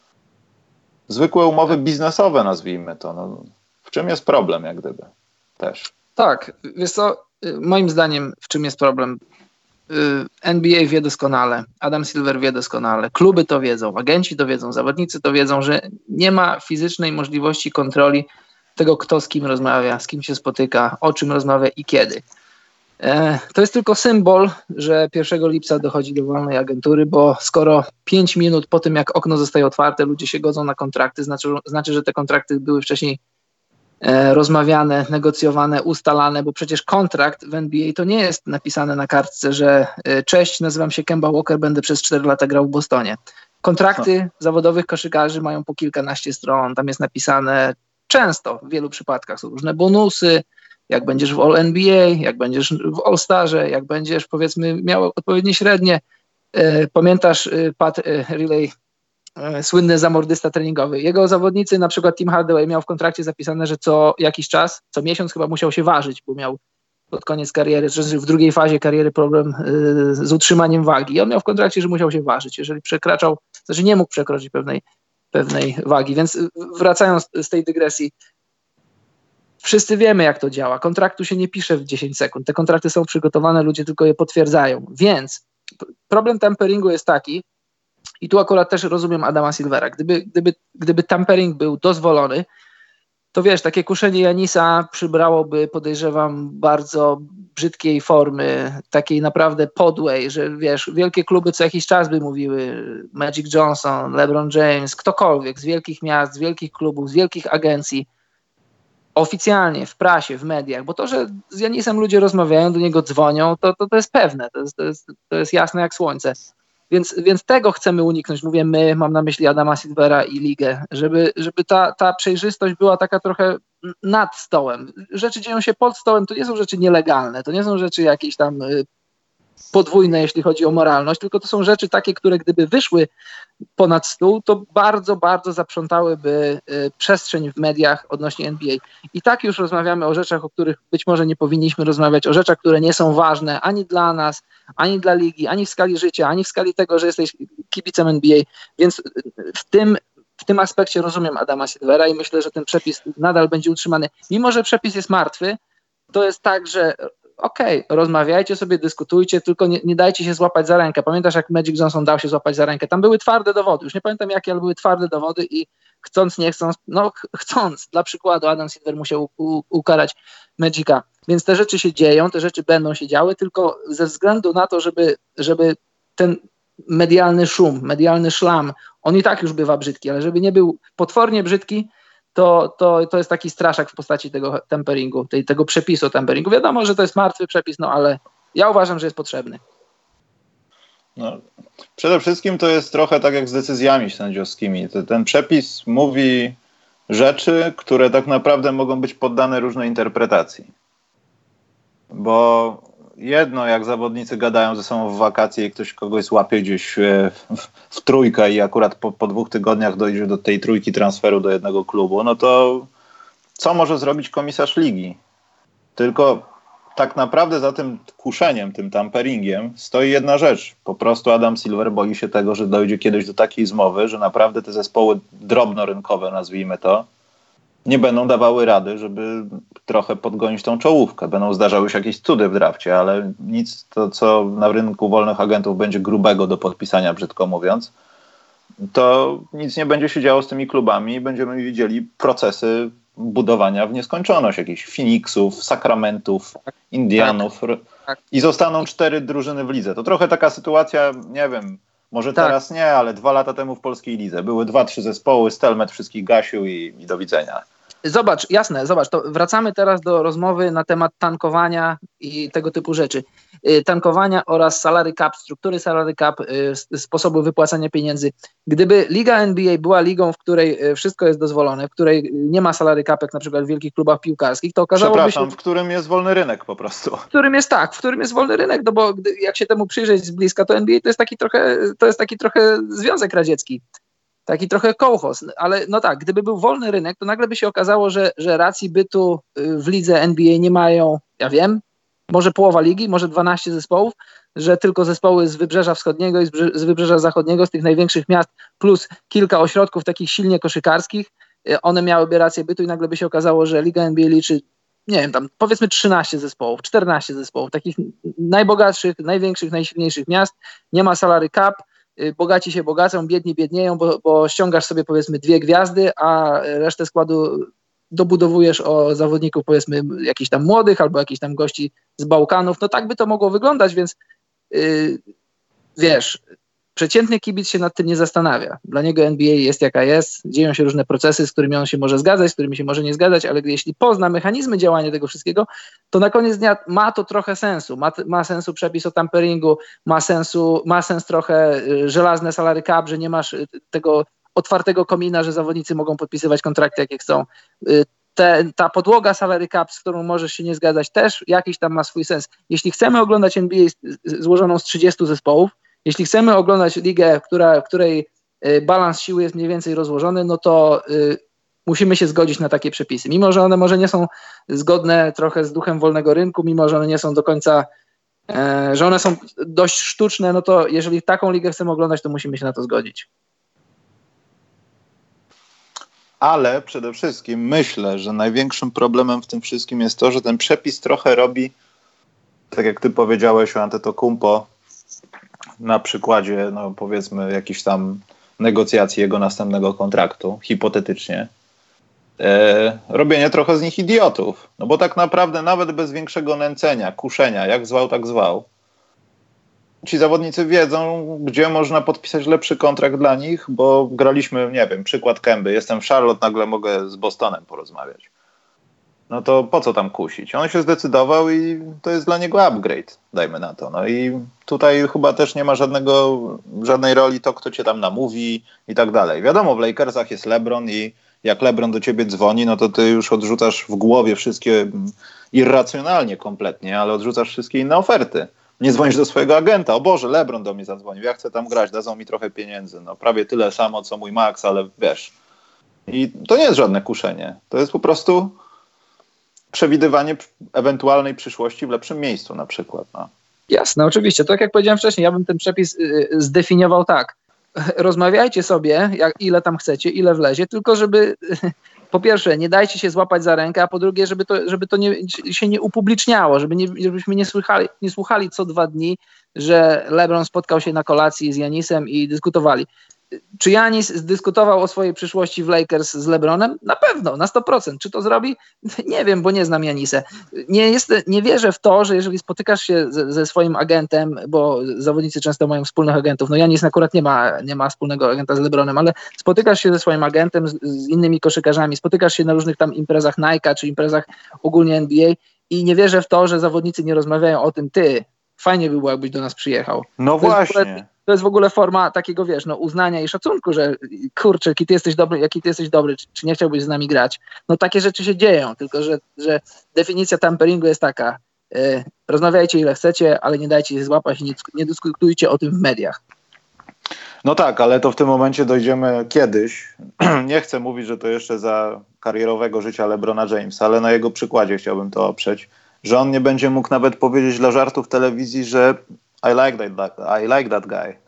Zwykłe umowy biznesowe, nazwijmy to. No. W czym jest problem, jak gdyby? Też. Tak, wiesz co, moim zdaniem w czym jest problem? NBA wie doskonale, Adam Silver wie doskonale, kluby to wiedzą, agenci to wiedzą, zawodnicy to wiedzą, że nie ma fizycznej możliwości kontroli tego, kto z kim rozmawia, z kim się spotyka, o czym rozmawia i kiedy. To jest tylko symbol, że 1 lipca dochodzi do wolnej agentury, bo skoro 5 minut po tym, jak okno zostaje otwarte, ludzie się godzą na kontrakty, znaczy, że te kontrakty były wcześniej rozmawiane, negocjowane, ustalane, bo przecież kontrakt w NBA to nie jest napisane na kartce, że cześć, nazywam się Kemba Walker, będę przez 4 lata grał w Bostonie. Kontrakty zawodowych koszykarzy mają po kilkanaście stron, tam jest napisane często, w wielu przypadkach są różne bonusy, jak będziesz w All-NBA, jak będziesz w All-Starze, jak będziesz, powiedzmy, miał odpowiednie średnie. Pamiętasz Pat Riley, słynny zamordysta treningowy. Jego zawodnicy, na przykład Tim Hardaway, miał w kontrakcie zapisane, że co jakiś czas, co miesiąc chyba musiał się ważyć, bo miał pod koniec kariery, czy w drugiej fazie kariery problem z utrzymaniem wagi. I on miał w kontrakcie, że musiał się ważyć. Jeżeli przekraczał, znaczy nie mógł przekroczyć pewnej wagi. Więc wracając z tej dygresji, wszyscy wiemy, jak to działa. Kontraktu się nie pisze w 10 sekund. Te kontrakty są przygotowane, ludzie tylko je potwierdzają. Więc problem tamperingu jest taki, i tu akurat też rozumiem Adama Silvera. Gdyby tampering był dozwolony, to wiesz, takie kuszenie Janisa przybrałoby, podejrzewam, bardzo brzydkiej formy, takiej naprawdę podłej, że wiesz, wielkie kluby co jakiś czas by mówiły, Magic Johnson, LeBron James, ktokolwiek z wielkich miast, z wielkich klubów, z wielkich agencji, oficjalnie, w prasie, w mediach, bo to, że z Janisem ludzie rozmawiają, do niego dzwonią, to jest pewne, to jest jasne jak słońce. Więc tego chcemy uniknąć. Mówię my, mam na myśli Adama Silvera i ligę, żeby ta przejrzystość była taka trochę nad stołem. Rzeczy dzieją się pod stołem, to nie są rzeczy nielegalne, to nie są rzeczy jakieś tam podwójne, jeśli chodzi o moralność, tylko to są rzeczy takie, które gdyby wyszły ponad stół, to bardzo, bardzo zaprzątałyby przestrzeń w mediach odnośnie NBA. I tak już rozmawiamy o rzeczach, o których być może nie powinniśmy rozmawiać, o rzeczach, które nie są ważne ani dla nas, ani dla ligi, ani w skali życia, ani w skali tego, że jesteś kibicem NBA. Więc w tym aspekcie rozumiem Adama Silvera i myślę, że ten przepis nadal będzie utrzymany. Mimo że przepis jest martwy, to jest tak, że okej, rozmawiajcie sobie, dyskutujcie, tylko nie dajcie się złapać za rękę. Pamiętasz, jak Magic Johnson dał się złapać za rękę? Tam były twarde dowody, już nie pamiętam jakie, ale były twarde dowody i chcąc, nie chcąc, chcąc, dla przykładu Adam Silver musiał ukarać Magica. Więc te rzeczy się dzieją, te rzeczy będą się działy, tylko ze względu na to, żeby ten medialny szum, medialny szlam, on i tak już bywa brzydki, ale żeby nie był potwornie brzydki, to jest taki straszak w postaci tego tamperingu, tego przepisu o tamperingu. Wiadomo, że to jest martwy przepis, ale ja uważam, że jest potrzebny. No, przede wszystkim to jest trochę tak jak z decyzjami sędziowskimi. Ten przepis mówi rzeczy, które tak naprawdę mogą być poddane różnej interpretacji. Bo jedno, jak zawodnicy gadają ze sobą w wakacje i ktoś kogoś złapie gdzieś w trójkę i akurat po 2 tygodniach dojdzie do tej trójki transferu do jednego klubu, no to co może zrobić komisarz ligi? Tylko tak naprawdę za tym kuszeniem, tym tamperingiem stoi jedna rzecz. Po prostu Adam Silver boi się tego, że dojdzie kiedyś do takiej zmowy, że naprawdę te zespoły drobnorynkowe, nazwijmy to, nie będą dawały rady, żeby trochę podgonić tą czołówkę. Będą zdarzały się jakieś cudy w drafcie, ale nic, to co na rynku wolnych agentów będzie grubego do podpisania, brzydko mówiąc, to nic nie będzie się działo z tymi klubami i będziemy widzieli procesy budowania w nieskończoność. Jakichś Phoenixów, Sacramentów, Indianów tak. I zostaną 4 drużyny w lidze. To trochę taka sytuacja, nie wiem, może teraz nie, ale 2 lata temu w polskiej lidze. Były 2-3 zespoły, Stelmet wszystkich gasił i do widzenia. Zobacz, to wracamy teraz do rozmowy na temat tankowania i tego typu rzeczy. Tankowania oraz salary cap, struktury salary cap, sposobu wypłacania pieniędzy. Gdyby liga NBA była ligą, w której wszystko jest dozwolone, w której nie ma salary cap, jak na przykład w wielkich klubach piłkarskich, to okazałoby się... w którym jest wolny rynek po prostu. W którym jest wolny rynek, no bo jak się temu przyjrzeć z bliska, to NBA to jest taki trochę Związek Radziecki. Taki trochę kołchoz, ale no tak, gdyby był wolny rynek, to nagle by się okazało, że racji bytu w lidze NBA nie mają, ja wiem, może połowa ligi, może 12 zespołów, że tylko zespoły z Wybrzeża Wschodniego i z Wybrzeża Zachodniego, z tych największych miast, plus kilka ośrodków takich silnie koszykarskich, one miałyby rację bytu i nagle by się okazało, że Liga NBA liczy, nie wiem, tam powiedzmy 13 zespołów, 14 zespołów, takich najbogatszych, największych, najsilniejszych miast, nie ma salary cap, bogaci się bogacą, biedni biednieją, bo ściągasz sobie powiedzmy 2 gwiazdy, a resztę składu dobudowujesz o zawodników powiedzmy jakichś tam młodych albo jakichś tam gości z Bałkanów. No tak by to mogło wyglądać, więc wiesz, przeciętny kibic się nad tym nie zastanawia. Dla niego NBA jest jaka jest, dzieją się różne procesy, z którymi on się może zgadzać, z którymi się może nie zgadzać, ale jeśli pozna mechanizmy działania tego wszystkiego, to na koniec dnia ma to trochę sensu. Ma sensu przepis o tamperingu, ma sens trochę żelazne salary cap, że nie masz tego otwartego komina, że zawodnicy mogą podpisywać kontrakty jakie chcą. Ta podłoga salary cap, z którą możesz się nie zgadzać, też jakiś tam ma swój sens. Jeśli chcemy oglądać NBA złożoną z 30 zespołów, jeśli chcemy oglądać ligę, w której balans siły jest mniej więcej rozłożony, no to musimy się zgodzić na takie przepisy. Mimo że one może nie są zgodne trochę z duchem wolnego rynku, mimo że one nie są do końca, że one są dość sztuczne, no to jeżeli taką ligę chcemy oglądać, to musimy się na to zgodzić. Ale przede wszystkim myślę, że największym problemem w tym wszystkim jest to, że ten przepis trochę robi, tak jak ty powiedziałeś o Antetokounmpo, na przykładzie, no powiedzmy, jakichś tam negocjacji jego następnego kontraktu, hipotetycznie, robienie trochę z nich idiotów. No bo tak naprawdę nawet bez większego nęcenia, kuszenia, jak zwał, tak zwał, ci zawodnicy wiedzą, gdzie można podpisać lepszy kontrakt dla nich, bo graliśmy, nie wiem, przykład Kemby, jestem w Charlotte, nagle mogę z Bostonem porozmawiać. No to po co tam kusić? On się zdecydował i to jest dla niego upgrade, dajmy na to. No i tutaj chyba też nie ma żadnej roli to, kto cię tam namówi i tak dalej. Wiadomo, w Lakersach jest LeBron i jak LeBron do ciebie dzwoni, no to ty już odrzucasz w głowie wszystkie, irracjonalnie kompletnie, ale odrzucasz wszystkie inne oferty. Nie dzwonisz do swojego agenta, o Boże, LeBron do mnie zadzwonił, ja chcę tam grać, dadzą mi trochę pieniędzy, no prawie tyle samo, co mój Max, ale wiesz. I to nie jest żadne kuszenie, to jest po prostu przewidywanie ewentualnej przyszłości w lepszym miejscu na przykład. No. Jasne, oczywiście. Tak jak powiedziałem wcześniej, ja bym ten przepis zdefiniował tak. Rozmawiajcie sobie, ile tam chcecie, ile wlezie, tylko żeby po pierwsze nie dajcie się złapać za rękę, a po drugie, żeby to się nie upubliczniało, żebyśmy nie słuchali co 2 dni, że LeBron spotkał się na kolacji z Janisem i dyskutowali. Czy Janis dyskutował o swojej przyszłości w Lakers z LeBronem? Na pewno, na 100%. Czy to zrobi? Nie wiem, bo nie znam Janisa. Nie wierzę w to, że jeżeli spotykasz się ze swoim agentem, bo zawodnicy często mają wspólnych agentów, no Janis akurat nie ma wspólnego agenta z LeBronem, ale spotykasz się ze swoim agentem, z innymi koszykarzami, spotykasz się na różnych tam imprezach Nike'a, czy imprezach ogólnie NBA i nie wierzę w to, że zawodnicy nie rozmawiają o tym, fajnie by było, jakbyś do nas przyjechał. No właśnie. To jest w ogóle forma takiego, wiesz, no, uznania i szacunku, że kurczę, jaki ty jesteś dobry, czy nie chciałbyś z nami grać. No takie rzeczy się dzieją, tylko że definicja tamperingu jest taka, rozmawiajcie ile chcecie, ale nie dajcie się złapać i nie dyskutujcie o tym w mediach. No tak, ale to w tym momencie dojdziemy kiedyś. Nie chcę mówić, że to jeszcze za karierowego życia LeBrona Jamesa, ale na jego przykładzie chciałbym to oprzeć, że on nie będzie mógł nawet powiedzieć dla żartu w telewizji, że I like that guy.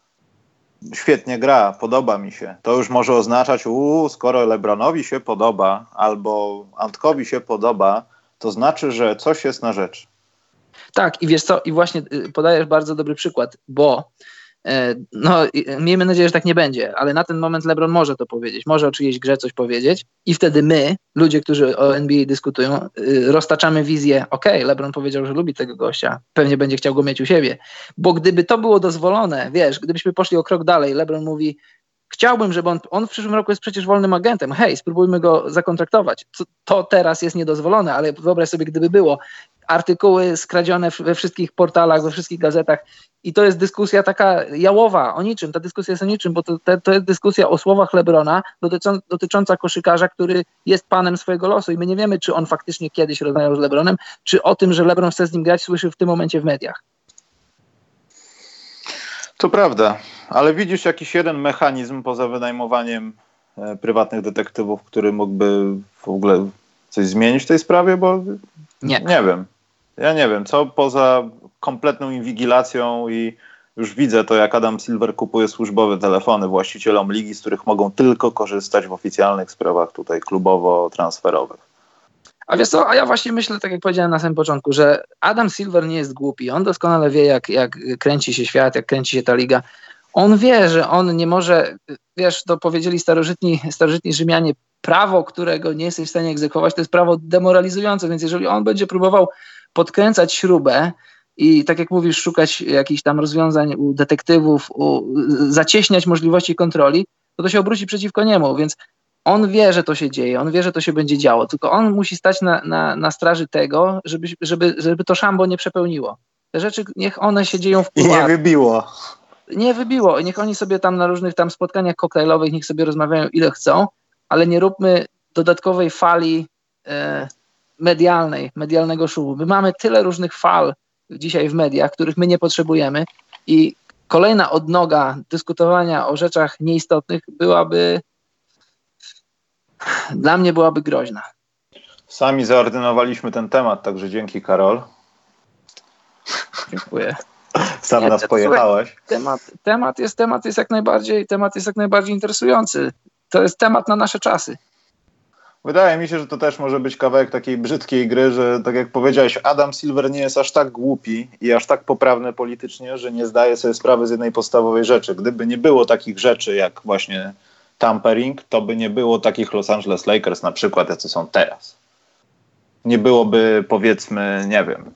Świetnie gra, podoba mi się. To już może oznaczać, skoro LeBronowi się podoba albo Antkowi się podoba, to znaczy, że coś jest na rzecz. Tak, i wiesz co, i właśnie podajesz bardzo dobry przykład, bo no, miejmy nadzieję, że tak nie będzie, ale na ten moment LeBron może to powiedzieć, może o czyjejś grze coś powiedzieć i wtedy my, ludzie, którzy o NBA dyskutują, roztaczamy wizję, LeBron powiedział, że lubi tego gościa, pewnie będzie chciał go mieć u siebie, bo gdyby to było dozwolone, wiesz, gdybyśmy poszli o krok dalej, LeBron mówi, chciałbym, żeby on w przyszłym roku jest przecież wolnym agentem, spróbujmy go zakontraktować, to teraz jest niedozwolone, ale wyobraź sobie, gdyby było, artykuły skradzione we wszystkich portalach, we wszystkich gazetach i to jest dyskusja taka jałowa o niczym, ta dyskusja jest o niczym, bo to jest dyskusja o słowach LeBrona dotycząca koszykarza, który jest panem swojego losu i my nie wiemy, czy on faktycznie kiedyś rozmawiał z LeBronem, czy o tym, że LeBron chce z nim grać, słyszy w tym momencie w mediach. To prawda, ale widzisz jakiś jeden mechanizm poza wynajmowaniem prywatnych detektywów, który mógłby w ogóle coś zmienić w tej sprawie, bo nie wiem. ja nie wiem, co poza kompletną inwigilacją i już widzę to, jak Adam Silver kupuje służbowe telefony właścicielom ligi, z których mogą tylko korzystać w oficjalnych sprawach tutaj klubowo-transferowych. A wiesz co, a ja właśnie myślę, tak jak powiedziałem na samym początku, że Adam Silver nie jest głupi. On doskonale wie, jak kręci się świat, jak kręci się ta liga. On wie, że on nie może, wiesz, to powiedzieli starożytni Rzymianie, prawo, którego nie jesteś w stanie egzekwować, to jest prawo demoralizujące, więc jeżeli on będzie próbował podkręcać śrubę i tak jak mówisz, szukać jakichś tam rozwiązań u detektywów, zacieśniać możliwości kontroli, to się obróci przeciwko niemu, więc on wie, że to się dzieje, on wie, że to się będzie działo, tylko on musi stać na straży tego, żeby to szambo nie przepełniło. Te rzeczy, niech one się dzieją w kuluarach. I nie wybiło. Nie wybiło. Niech oni sobie tam na różnych tam spotkaniach koktajlowych, niech sobie rozmawiają ile chcą, ale nie róbmy dodatkowej fali medialnego szumu. My mamy tyle różnych fal dzisiaj w mediach, których my nie potrzebujemy i kolejna odnoga dyskutowania o rzeczach nieistotnych dla mnie byłaby groźna. Sami zaordynowaliśmy ten temat, także dzięki, Karol. Dziękuję. Sam nas pojechałeś. Temat jest jak najbardziej interesujący. To jest temat na nasze czasy. Wydaje mi się, że to też może być kawałek takiej brzydkiej gry, że tak jak powiedziałeś, Adam Silver nie jest aż tak głupi i aż tak poprawny politycznie, że nie zdaje sobie sprawy z jednej podstawowej rzeczy. Gdyby nie było takich rzeczy jak właśnie tampering, to by nie było takich Los Angeles Lakers na przykład, jacy są teraz. Nie byłoby, powiedzmy, nie wiem,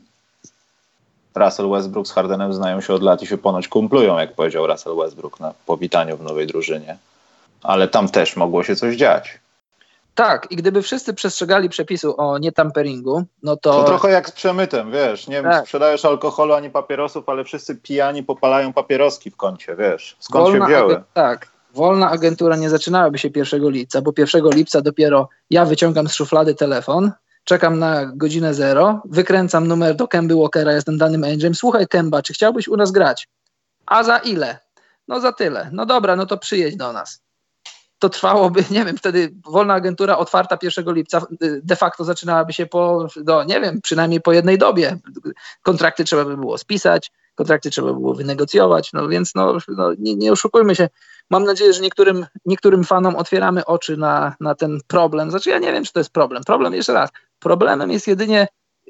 Russell Westbrook z Hardenem znają się od lat i się ponoć kumplują, jak powiedział Russell Westbrook na powitaniu w nowej drużynie. Ale tam też mogło się coś dziać. Tak, i gdyby wszyscy przestrzegali przepisu o nietamperingu, no to... To trochę jak z przemytem, wiesz, nie tak. Sprzedajesz alkoholu ani papierosów, ale wszyscy pijani popalają papieroski w kącie, wiesz. Skąd się wzięły? Tak, wolna agentura nie zaczynałaby się 1 lipca, bo 1 lipca dopiero ja wyciągam z szuflady telefon, czekam na godzinę 0, wykręcam numer do Kemby Walkera, jestem danym agentiem, słuchaj Kemba, czy chciałbyś u nas grać? A za ile? No za tyle. No dobra, no to przyjedź do nas. To trwałoby, nie wiem, wtedy wolna agentura otwarta 1 lipca de facto zaczynałaby się nie wiem, przynajmniej po jednej dobie. Kontrakty trzeba by było spisać, kontrakty trzeba by było wynegocjować, no więc nie oszukujmy się. Mam nadzieję, że niektórym fanom otwieramy oczy na ten problem. Znaczy ja nie wiem, czy to jest problem. Jeszcze raz, problemem jest jedynie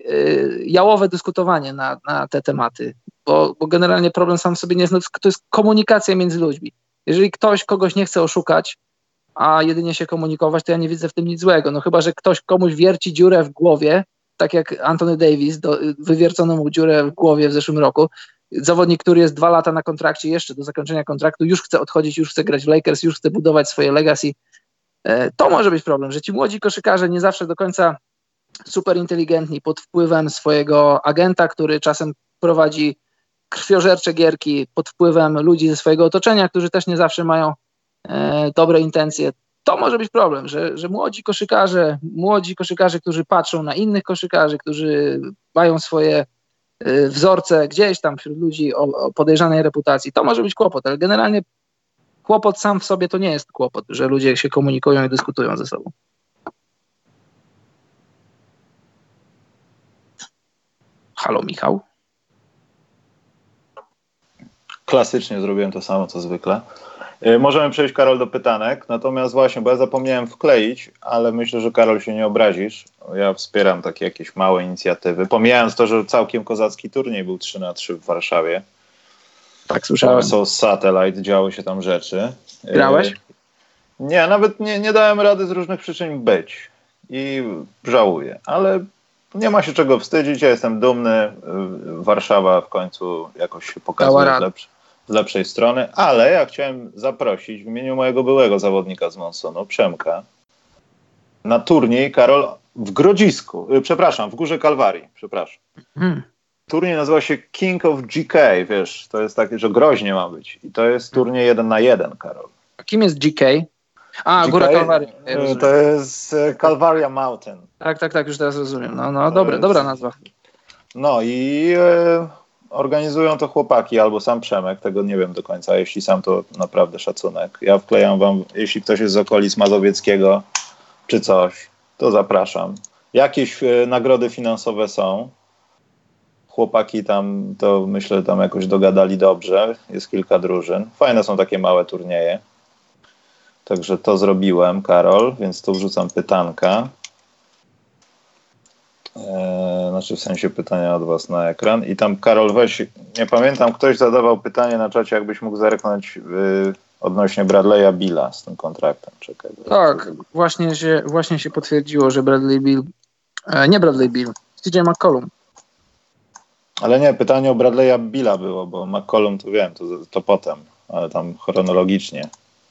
jałowe dyskutowanie na te tematy, bo generalnie problem sam w sobie nie jest, to jest komunikacja między ludźmi. Jeżeli ktoś kogoś nie chce oszukać, a jedynie się komunikować, to ja nie widzę w tym nic złego. No chyba, że ktoś komuś wierci dziurę w głowie, tak jak Anthony Davis, wywiercono mu dziurę w głowie w zeszłym roku. Zawodnik, który jest 2 lata na kontrakcie, jeszcze do zakończenia kontraktu, już chce odchodzić, już chce grać w Lakers, już chce budować swoje legacy. To może być problem, że ci młodzi koszykarze nie zawsze do końca super inteligentni, pod wpływem swojego agenta, który czasem prowadzi krwiożercze gierki, pod wpływem ludzi ze swojego otoczenia, którzy też nie zawsze mają dobre intencje. To może być problem, że młodzi koszykarze, którzy patrzą na innych koszykarzy, którzy mają swoje wzorce gdzieś tam wśród ludzi o podejrzanej reputacji, to może być kłopot, ale generalnie kłopot sam w sobie to nie jest kłopot, że ludzie się komunikują i dyskutują ze sobą. Halo, Michał? Klasycznie zrobiłem to samo, co zwykle. Możemy przejść, Karol, do pytanek, natomiast właśnie, bo ja zapomniałem wkleić, ale myślę, że Karol się nie obrazisz. Ja wspieram takie jakieś małe inicjatywy, pomijając to, że całkiem kozacki turniej był 3-3 w Warszawie. Tak, słyszałem. Są Satellite, działy się tam rzeczy. Grałeś? Nie, nawet nie dałem rady z różnych przyczyn być i żałuję, ale nie ma się czego wstydzić, ja jestem dumny. Warszawa w końcu jakoś się pokazuje z lepszej strony, ale ja chciałem zaprosić w imieniu mojego byłego zawodnika z Monsonu, Przemka, na turniej, Karol, w Grodzisku, w Górze Kalwarii, Turniej nazywa się King of GK, wiesz, to jest takie, że groźnie ma być i to jest turniej 1 na 1, Karol. A kim jest GK? GK, Góra Kalwarii. To jest Calvaria Mountain. Tak, już teraz rozumiem. No dobra nazwa. No i organizują to chłopaki albo sam Przemek, tego nie wiem do końca, a jeśli sam, to naprawdę szacunek. Ja wklejam wam, jeśli ktoś jest z okolic Mazowieckiego czy coś, to zapraszam. Jakieś nagrody finansowe są. chłopaki tam, to myślę, tam jakoś dogadali dobrze. Jest kilka drużyn. Fajne są takie małe turnieje. Także to zrobiłem, Karol, więc tu wrzucam pytanka. Znaczy w sensie pytania od was na ekran. I tam, Karol, weź, nie pamiętam, ktoś zadawał pytanie na czacie, jakbyś mógł zerknąć odnośnie Bradley'a Billa z tym kontraktem. Czekaj. Tak, właśnie się potwierdziło, że Bradley Beal, nie Bradley Beal, CJ McCollum. Ale nie, pytanie o Bradley'a Billa było, bo McCollum to wiem, to potem, ale tam chronologicznie.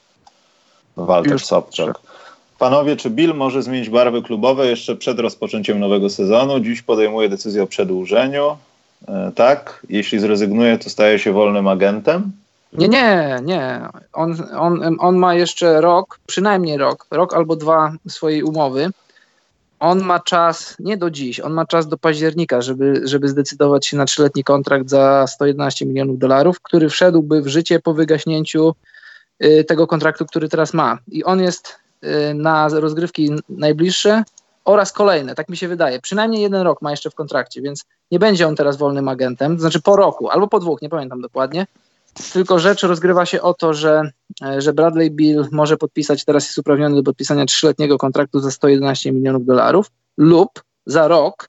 Walter Sobczak. Panowie, czy Bill może zmienić barwy klubowe jeszcze przed rozpoczęciem nowego sezonu? Dziś podejmuje decyzję o przedłużeniu. Tak? Jeśli zrezygnuje, to staje się wolnym agentem? Nie. On ma jeszcze rok, przynajmniej rok albo 2 swojej umowy. On ma czas, nie do dziś, on ma czas do października, żeby zdecydować się na 3-letni kontrakt za $111 milionów, który wszedłby w życie po wygaśnięciu tego kontraktu, który teraz ma. I on jest na rozgrywki najbliższe oraz kolejne, tak mi się wydaje. Przynajmniej 1 rok ma jeszcze w kontrakcie, więc nie będzie on teraz wolnym agentem, to znaczy po roku albo po 2, nie pamiętam dokładnie. Tylko rzecz rozgrywa się o to, że Bradley Beal może podpisać, teraz jest uprawniony do podpisania 3-letniego kontraktu za $111 milionów lub za rok,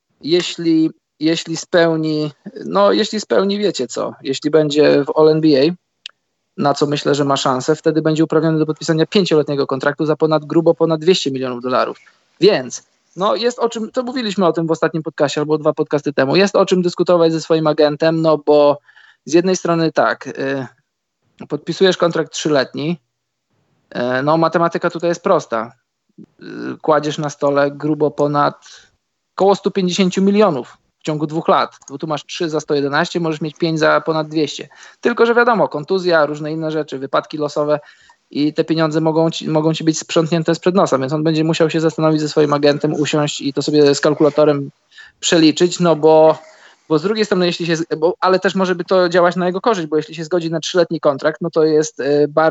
jeśli spełni, wiecie co, jeśli będzie w All-NBA, na co myślę, że ma szansę, wtedy będzie uprawniony do podpisania 5-letniego kontraktu za grubo ponad $200 milionów. Więc jest o czym, to mówiliśmy o tym w ostatnim podcastie albo 2 podcasty temu, jest o czym dyskutować ze swoim agentem, bo z jednej strony tak, podpisujesz kontrakt 3-letni, matematyka tutaj jest prosta. Kładziesz na stole grubo ponad około 150 milionów w ciągu 2 lat, bo tu masz 3 za 111, możesz mieć 5 za ponad 200. Tylko że wiadomo, kontuzja, różne inne rzeczy, wypadki losowe i te pieniądze mogą ci być sprzątnięte sprzed nosa, więc on będzie musiał się zastanowić ze swoim agentem, usiąść i to sobie z kalkulatorem przeliczyć, bo z drugiej strony, ale też może by to działać na jego korzyść, bo jeśli się zgodzi na 3-letni kontrakt, to jest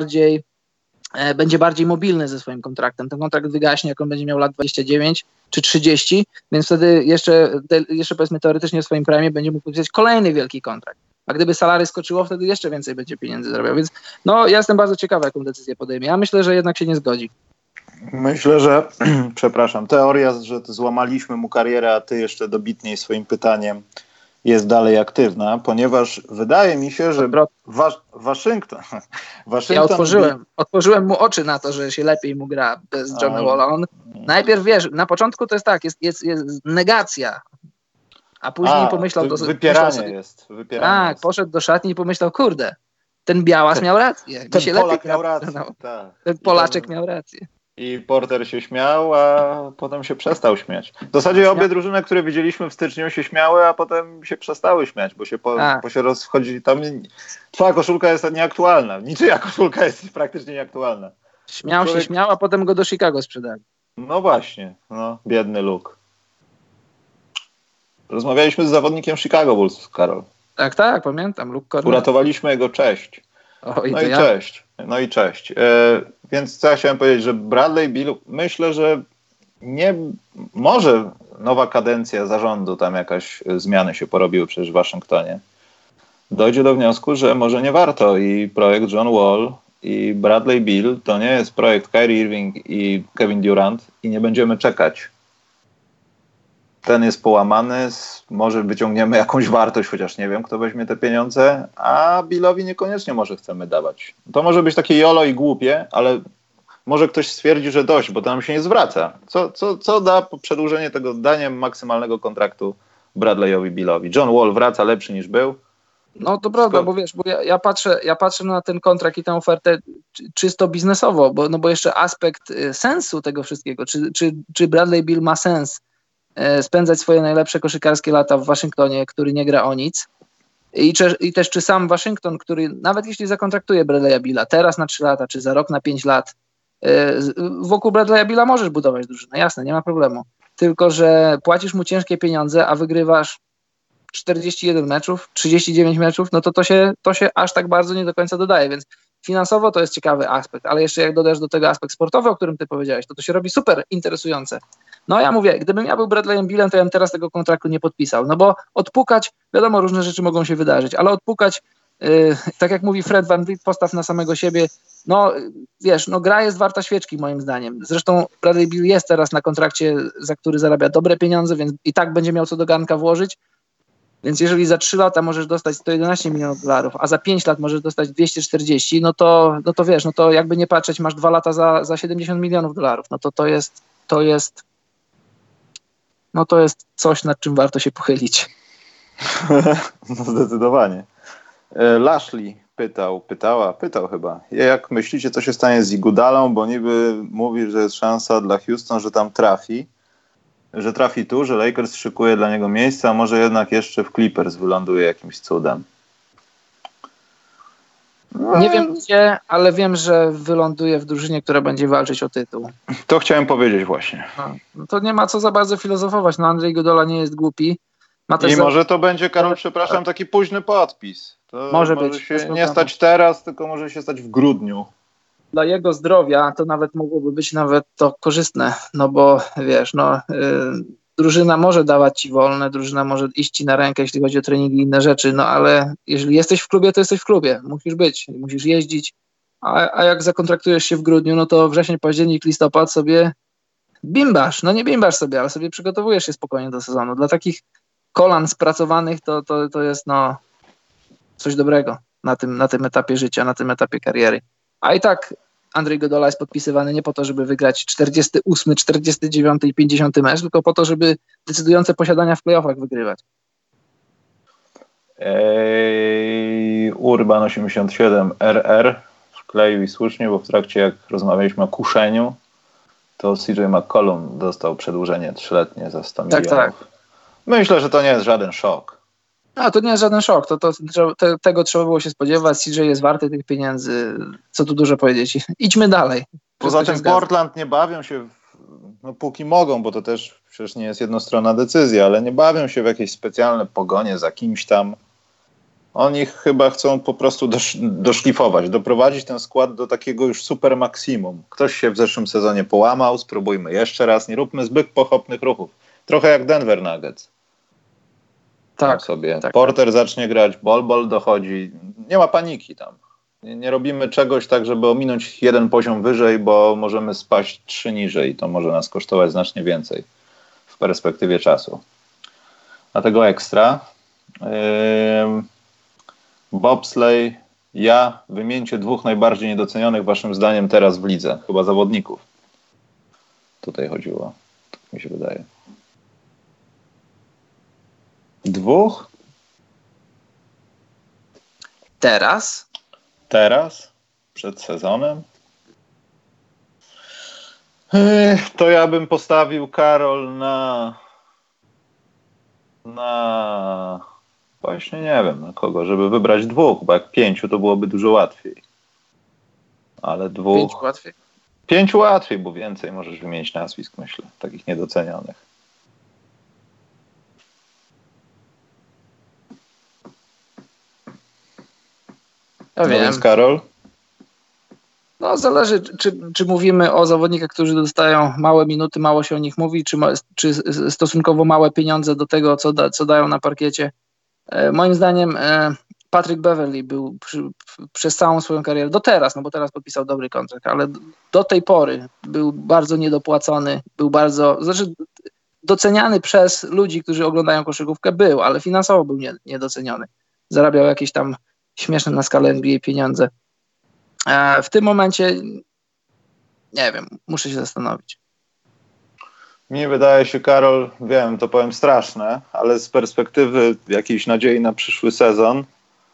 będzie bardziej mobilny ze swoim kontraktem. Ten kontrakt wygaśnie, jak on będzie miał lat 29 czy 30, więc wtedy jeszcze powiedzmy teoretycznie w swoim prime będzie mógł podpisać kolejny wielki kontrakt. A gdyby salary skoczyło, wtedy jeszcze więcej będzie pieniędzy zarabiał. Więc ja jestem bardzo ciekawy, jaką decyzję podejmie. Ja myślę, że jednak się nie zgodzi. Myślę, że teoria, że złamaliśmy mu karierę, a ty jeszcze dobitniej swoim pytaniem jest dalej aktywna, ponieważ wydaje mi się, że Waszyngton... Ja otworzyłem mu oczy na to, że się lepiej mu gra bez Johna Walla. Najpierw, na początku to jest tak, jest negacja, a później pomyślał... Wypieranie jest. Tak, poszedł do szatni i pomyślał, kurde, ten Białas miał rację. Ten Polak miał rację. Ten Polaczek miał rację. I Porter się śmiał, a potem się przestał śmiać. W zasadzie obie drużyny, które widzieliśmy w styczniu, się śmiały, a potem się przestały śmiać, bo się rozchodzi. Tam twoja koszulka jest nieaktualna. Niczyja koszulka jest praktycznie nieaktualna. Śmiał, a potem go do Chicago sprzedali. No właśnie, biedny Luke. Rozmawialiśmy z zawodnikiem Chicago Bulls, Karol. Tak, pamiętam. Luke Cornell. Uratowaliśmy jego cześć. No i cześć. Więc co ja chciałem powiedzieć, że Bradley Beal, myślę, że nie może nowa kadencja zarządu, tam jakaś zmiany się porobiły przecież w Waszyngtonie, dojdzie do wniosku, że może nie warto i projekt John Wall i Bradley Beal to nie jest projekt Kyrie Irving i Kevin Durant i nie będziemy czekać. Ten jest połamany, może wyciągniemy jakąś wartość, chociaż nie wiem, kto weźmie te pieniądze, a Billowi niekoniecznie może chcemy dawać. To może być takie jolo i głupie, ale może ktoś stwierdzi, że dość, bo to nam się nie zwraca. Co da przedłużenie tego daniem maksymalnego kontraktu Bradleyowi Billowi? John Wall wraca lepszy niż był. No to prawda, bo wiesz, bo ja patrzę na ten kontrakt i tę ofertę czysto biznesowo, bo jeszcze aspekt sensu tego wszystkiego, czy Bradley Beal ma sens spędzać swoje najlepsze koszykarskie lata w Waszyngtonie, który nie gra o nic. I też czy sam Waszyngton, który nawet jeśli zakontraktuje Bradleya Billa teraz na 3 lata, czy za rok na 5 lat, wokół Bradleya Billa możesz budować drużynę, jasne, nie ma problemu. Tylko że płacisz mu ciężkie pieniądze, a wygrywasz 41 meczów, 39 meczów, to się aż tak bardzo nie do końca dodaje, więc finansowo to jest ciekawy aspekt, ale jeszcze jak dodasz do tego aspekt sportowy, o którym ty powiedziałeś, to się robi super interesujące, No ja mówię, gdybym ja był Bradleyem Bealem, to ja bym teraz tego kontraktu nie podpisał, no bo odpukać, wiadomo, różne rzeczy mogą się wydarzyć, ale odpukać, tak jak mówi Fred VanVleet, postaw na samego siebie, no wiesz, no gra jest warta świeczki moim zdaniem. Zresztą Bradley Beal jest teraz na kontrakcie, za który zarabia dobre pieniądze, więc i tak będzie miał co do garnka włożyć. Więc jeżeli za 3 lata możesz dostać 111 milionów dolarów, a za 5 lat możesz dostać 240, no to wiesz, no to jakby nie patrzeć, masz 2 lata za 70 milionów dolarów. No to jest coś, nad czym warto się pochylić. No zdecydowanie. Lashley pytał chyba, jak myślicie, co się stanie z Iguodalą, bo niby mówi, że jest szansa dla Houston, że tam trafi, że Lakers szykuje dla niego miejsce, a może jednak jeszcze w Clippers wyląduje jakimś cudem. Nie wiem gdzie, ale wiem, że wyląduje w drużynie, która będzie walczyć o tytuł. To chciałem powiedzieć właśnie. No to nie ma co za bardzo filozofować. No Andrzej Iguodala nie jest głupi. I może to będzie, Karol, przepraszam, taki późny podpis. To może być. Się nie stać teraz, tylko może się stać w grudniu. Dla jego zdrowia to nawet mogłoby być to korzystne, no bo wiesz, drużyna może dawać ci wolne, drużyna może iść ci na rękę, jeśli chodzi o treningi i inne rzeczy, no ale jeżeli jesteś w klubie, to jesteś w klubie, musisz być, musisz jeździć, a jak zakontraktujesz się w grudniu, no to wrzesień, październik, listopad sobie bimbasz, no nie bimbasz sobie, ale sobie przygotowujesz się spokojnie do sezonu. Dla takich kolan spracowanych to jest coś dobrego na tym etapie życia, na tym etapie kariery. A i tak Andrzej Iguodala jest podpisywany nie po to, żeby wygrać 48, 49 i 50 mecz, tylko po to, żeby decydujące posiadania w playoffach wygrywać. Urban 87 RR wkleił i słusznie, bo w trakcie jak rozmawialiśmy o kuszeniu, to CJ McCollum dostał przedłużenie 3-letnie za 100 milionów. Tak. Myślę, że to nie jest żaden szok. A, to nie jest żaden szok, tego trzeba było się spodziewać, CJ jest warty tych pieniędzy, co tu dużo powiedzieć. Idźmy dalej. Poza tym Portland nie bawią się, póki mogą, bo to też przecież nie jest jednostronna decyzja, ale nie bawią się w jakieś specjalne pogonie za kimś tam. Oni chyba chcą po prostu doszlifować, doprowadzić ten skład do takiego już super maksimum. Ktoś się w zeszłym sezonie połamał, spróbujmy jeszcze raz, nie róbmy zbyt pochopnych ruchów. Trochę jak Denver Nuggets. Tak, sobie. Tak. Porter zacznie grać, Bol dochodzi. Nie ma paniki tam. Nie robimy czegoś tak, żeby ominąć jeden poziom wyżej, bo możemy spaść 3 niżej i to może nas kosztować znacznie więcej w perspektywie czasu. Dlatego ekstra. Bobsleigh, wymieńcie 2 najbardziej niedocenionych waszym zdaniem teraz w lidze. Chyba zawodników. Tutaj chodziło. Tak mi się wydaje. 2? Teraz? Przed sezonem? To ja bym postawił, Karol, na właśnie nie wiem na kogo, żeby wybrać 2, bo jak 5 to byłoby dużo łatwiej. Ale 2... 5 łatwiej? 5 łatwiej, bo więcej możesz wymienić nazwisk, myślę, takich niedocenionych. Ja wiem. Więc Karol? No zależy, czy mówimy o zawodnikach, którzy dostają małe minuty, mało się o nich mówi, czy stosunkowo małe pieniądze do tego, co dają na parkiecie. Moim zdaniem Patrick Beverley był przez całą swoją karierę, do teraz, no bo teraz podpisał dobry kontrakt, ale do tej pory był bardzo niedopłacony, doceniany przez ludzi, którzy oglądają koszykówkę, ale finansowo był niedoceniony. Zarabiał jakieś tam śmieszne na skalę NBA pieniądze. W tym momencie nie wiem, muszę się zastanowić. Mi wydaje się, Karol, wiem, to powiem straszne, ale z perspektywy jakiejś nadziei na przyszły sezon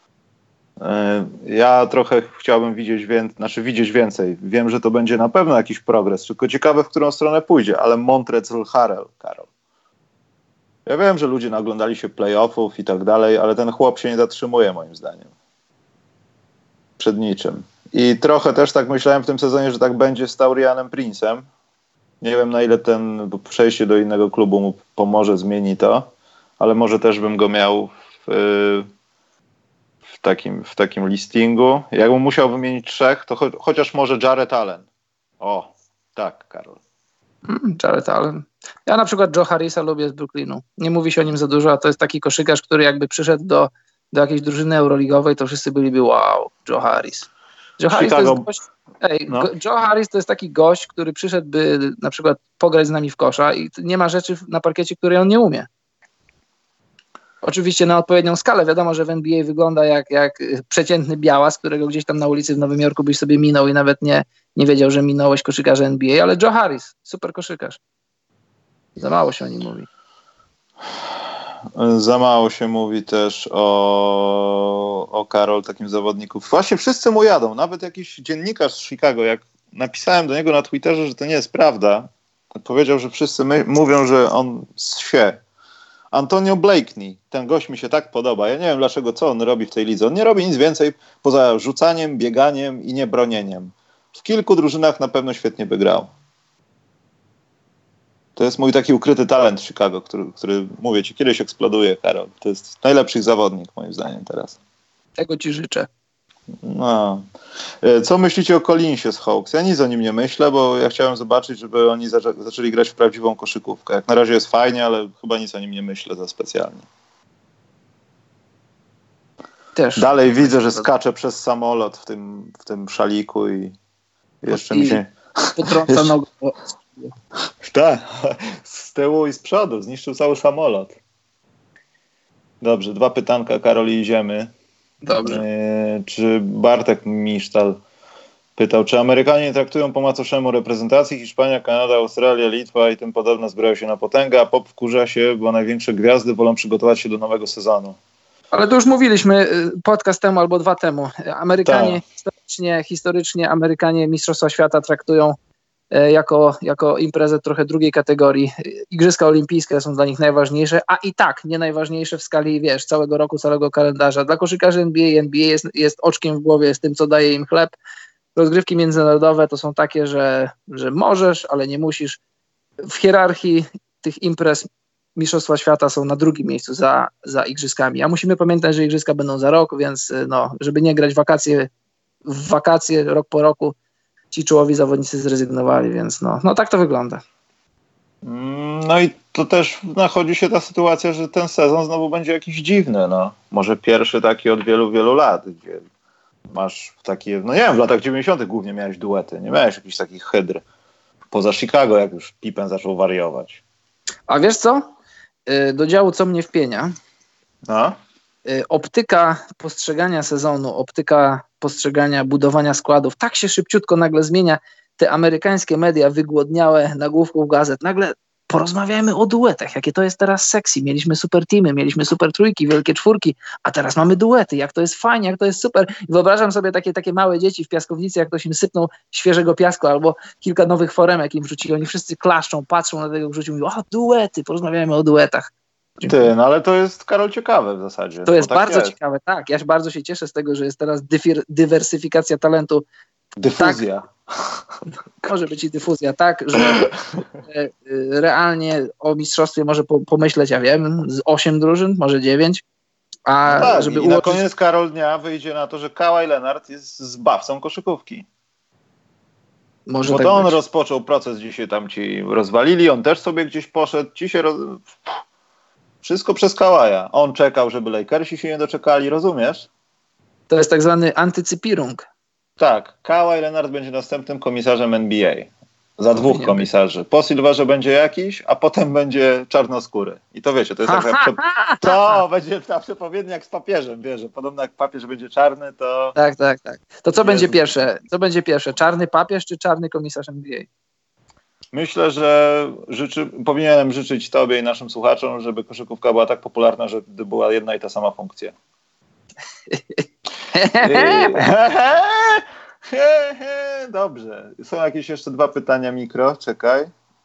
ja trochę chciałbym widzieć więcej. Wiem, że to będzie na pewno jakiś progres, tylko ciekawe, w którą stronę pójdzie, ale Montrezl Harrell, Karol. Ja wiem, że ludzie naglądali się playoffów i tak dalej, ale ten chłop się nie zatrzymuje moim zdaniem. Przed niczym. I trochę też tak myślałem w tym sezonie, że tak będzie z Taurianem Prince'em. Nie wiem, na ile bo przejście do innego klubu mu pomoże, zmieni to, ale może też bym go miał w takim listingu. Jakbym musiał wymienić 3, to chociaż może Jarrett Allen. O, tak, Karol. Jared Allen. Ja na przykład Joe Harrisa lubię z Brooklynu. Nie mówi się o nim za dużo, a to jest taki koszykarz, który jakby przyszedł do jakiejś drużyny euroligowej, to wszyscy byliby wow, Joe Harris. Joe Harris to jest gość, Joe Harris to jest taki gość, który przyszedłby na przykład pograć z nami w kosza i nie ma rzeczy na parkiecie, której on nie umie. Oczywiście na odpowiednią skalę. Wiadomo, że w NBA wygląda jak przeciętny białas, którego gdzieś tam na ulicy w Nowym Jorku byś sobie minął i nawet nie wiedział, że minąłeś koszykarza NBA, ale Joe Harris, super koszykarz. Za mało się o nim mówi. Za mało się mówi też o Karol, takim zawodniku. Właśnie wszyscy mu jadą. Nawet jakiś dziennikarz z Chicago, jak napisałem do niego na Twitterze, że to nie jest prawda, powiedział, że wszyscy mówią, że on zsie. Antonio Blakeney, ten gość mi się tak podoba. Ja nie wiem dlaczego, co on robi w tej lidze. On nie robi nic więcej poza rzucaniem, bieganiem i niebronieniem. W kilku drużynach na pewno świetnie by grał. To jest mój taki ukryty talent w Chicago, który mówię ci, kiedyś eksploduje, Karol. To jest najlepszy zawodnik moim zdaniem teraz. Tego ci życzę. No. Co myślicie o Collinsie z Hawks? Ja nic o nim nie myślę, bo ja chciałem zobaczyć, żeby oni zaczęli grać w prawdziwą koszykówkę. Jak na razie jest fajnie, ale chyba nic o nim nie myślę za specjalnie. Też. Dalej widzę, że skacze przez samolot w tym szaliku i jeszcze mi się... Potrąca nogą. Tak, z tyłu i z przodu. Zniszczył cały samolot. Dobrze, 2 pytanka, Karol, i idziemy. Dobrze. Czy Bartek Misztal pytał, czy Amerykanie traktują po macoszemu reprezentacji? Hiszpania, Kanada, Australia, Litwa i tym podobne zbroją się na potęgę, a Pop wkurza się, bo największe gwiazdy wolą przygotować się do nowego sezonu. Ale to już mówiliśmy podcast temu albo 2 temu. Amerykanie historycznie Amerykanie Mistrzostwa Świata traktują jako imprezę trochę drugiej kategorii. Igrzyska olimpijskie są dla nich najważniejsze, a i tak nie najważniejsze w skali, całego roku, całego kalendarza. Dla koszykarzy NBA jest oczkiem w głowie, jest tym, co daje im chleb. Rozgrywki międzynarodowe to są takie, że możesz, ale nie musisz. W hierarchii tych imprez Mistrzostwa Świata są na drugim miejscu za igrzyskami. A musimy pamiętać, że igrzyska będą za rok, więc żeby nie grać w wakacje rok po roku, ci czołowi zawodnicy zrezygnowali, więc tak to wygląda. No i to też nachodzi się ta sytuacja, że ten sezon znowu będzie jakiś dziwny. Może pierwszy taki od wielu, wielu lat, gdzie masz takie, nie wiem, w latach 90. głównie miałeś duety, nie miałeś jakichś takich hydr. Poza Chicago, jak już Pippen zaczął wariować. A wiesz co? Do działu co mnie wpienia. Optyka postrzegania sezonu, optyka postrzegania budowania składów tak się szybciutko nagle zmienia. Te amerykańskie media wygłodniałe nagłówków gazet, nagle porozmawiajmy o duetach, jakie to jest teraz sexy. Mieliśmy super teamy, mieliśmy super trójki, wielkie czwórki, a teraz mamy duety, jak to jest fajnie, jak to jest super. I wyobrażam sobie takie małe dzieci w piaskownicy, jak ktoś im sypnął świeżego piasku albo kilka nowych foremek im wrzucili. Oni wszyscy klaszczą, patrzą na tego wrzucił i mówią, duety, porozmawiajmy o duetach. Ale to jest, Karol, ciekawe w zasadzie. To jest bardzo ciekawe, tak. Ja bardzo się cieszę z tego, że jest teraz dywersyfikacja talentu. Dyfuzja. Tak, może być i dyfuzja, tak, że realnie o mistrzostwie może pomyśleć, ja wiem, z 8 drużyn, może 9. Żeby na koniec, Karol, dnia wyjdzie na to, że Kawhi Leonard jest zbawcą koszykówki. Może bo tak to on być. rozpoczął proces, gdzie się tam ci rozwalili, on też sobie gdzieś poszedł, wszystko przez Kawaja. On czekał, żeby Lakersi się nie doczekali, rozumiesz? To jest tak zwany antycypirung. Tak, Kawhi Leonard będzie następnym komisarzem NBA. Za 2 komisarzy. Po Silverze będzie jakiś, a potem będzie czarnoskóry. I to wiecie, to jest to będzie ta przepowiednia jak z papieżem, wiesz, że podobno jak papież będzie czarny, to... Tak. To co będzie pierwsze? Co będzie pierwsze? Czarny papież czy czarny komisarz NBA? Myślę, że powinienem życzyć tobie i naszym słuchaczom, żeby koszykówka była tak popularna, że była jedna i ta sama funkcja. Dobrze. Są jakieś jeszcze 2 pytania mikro? Czekaj.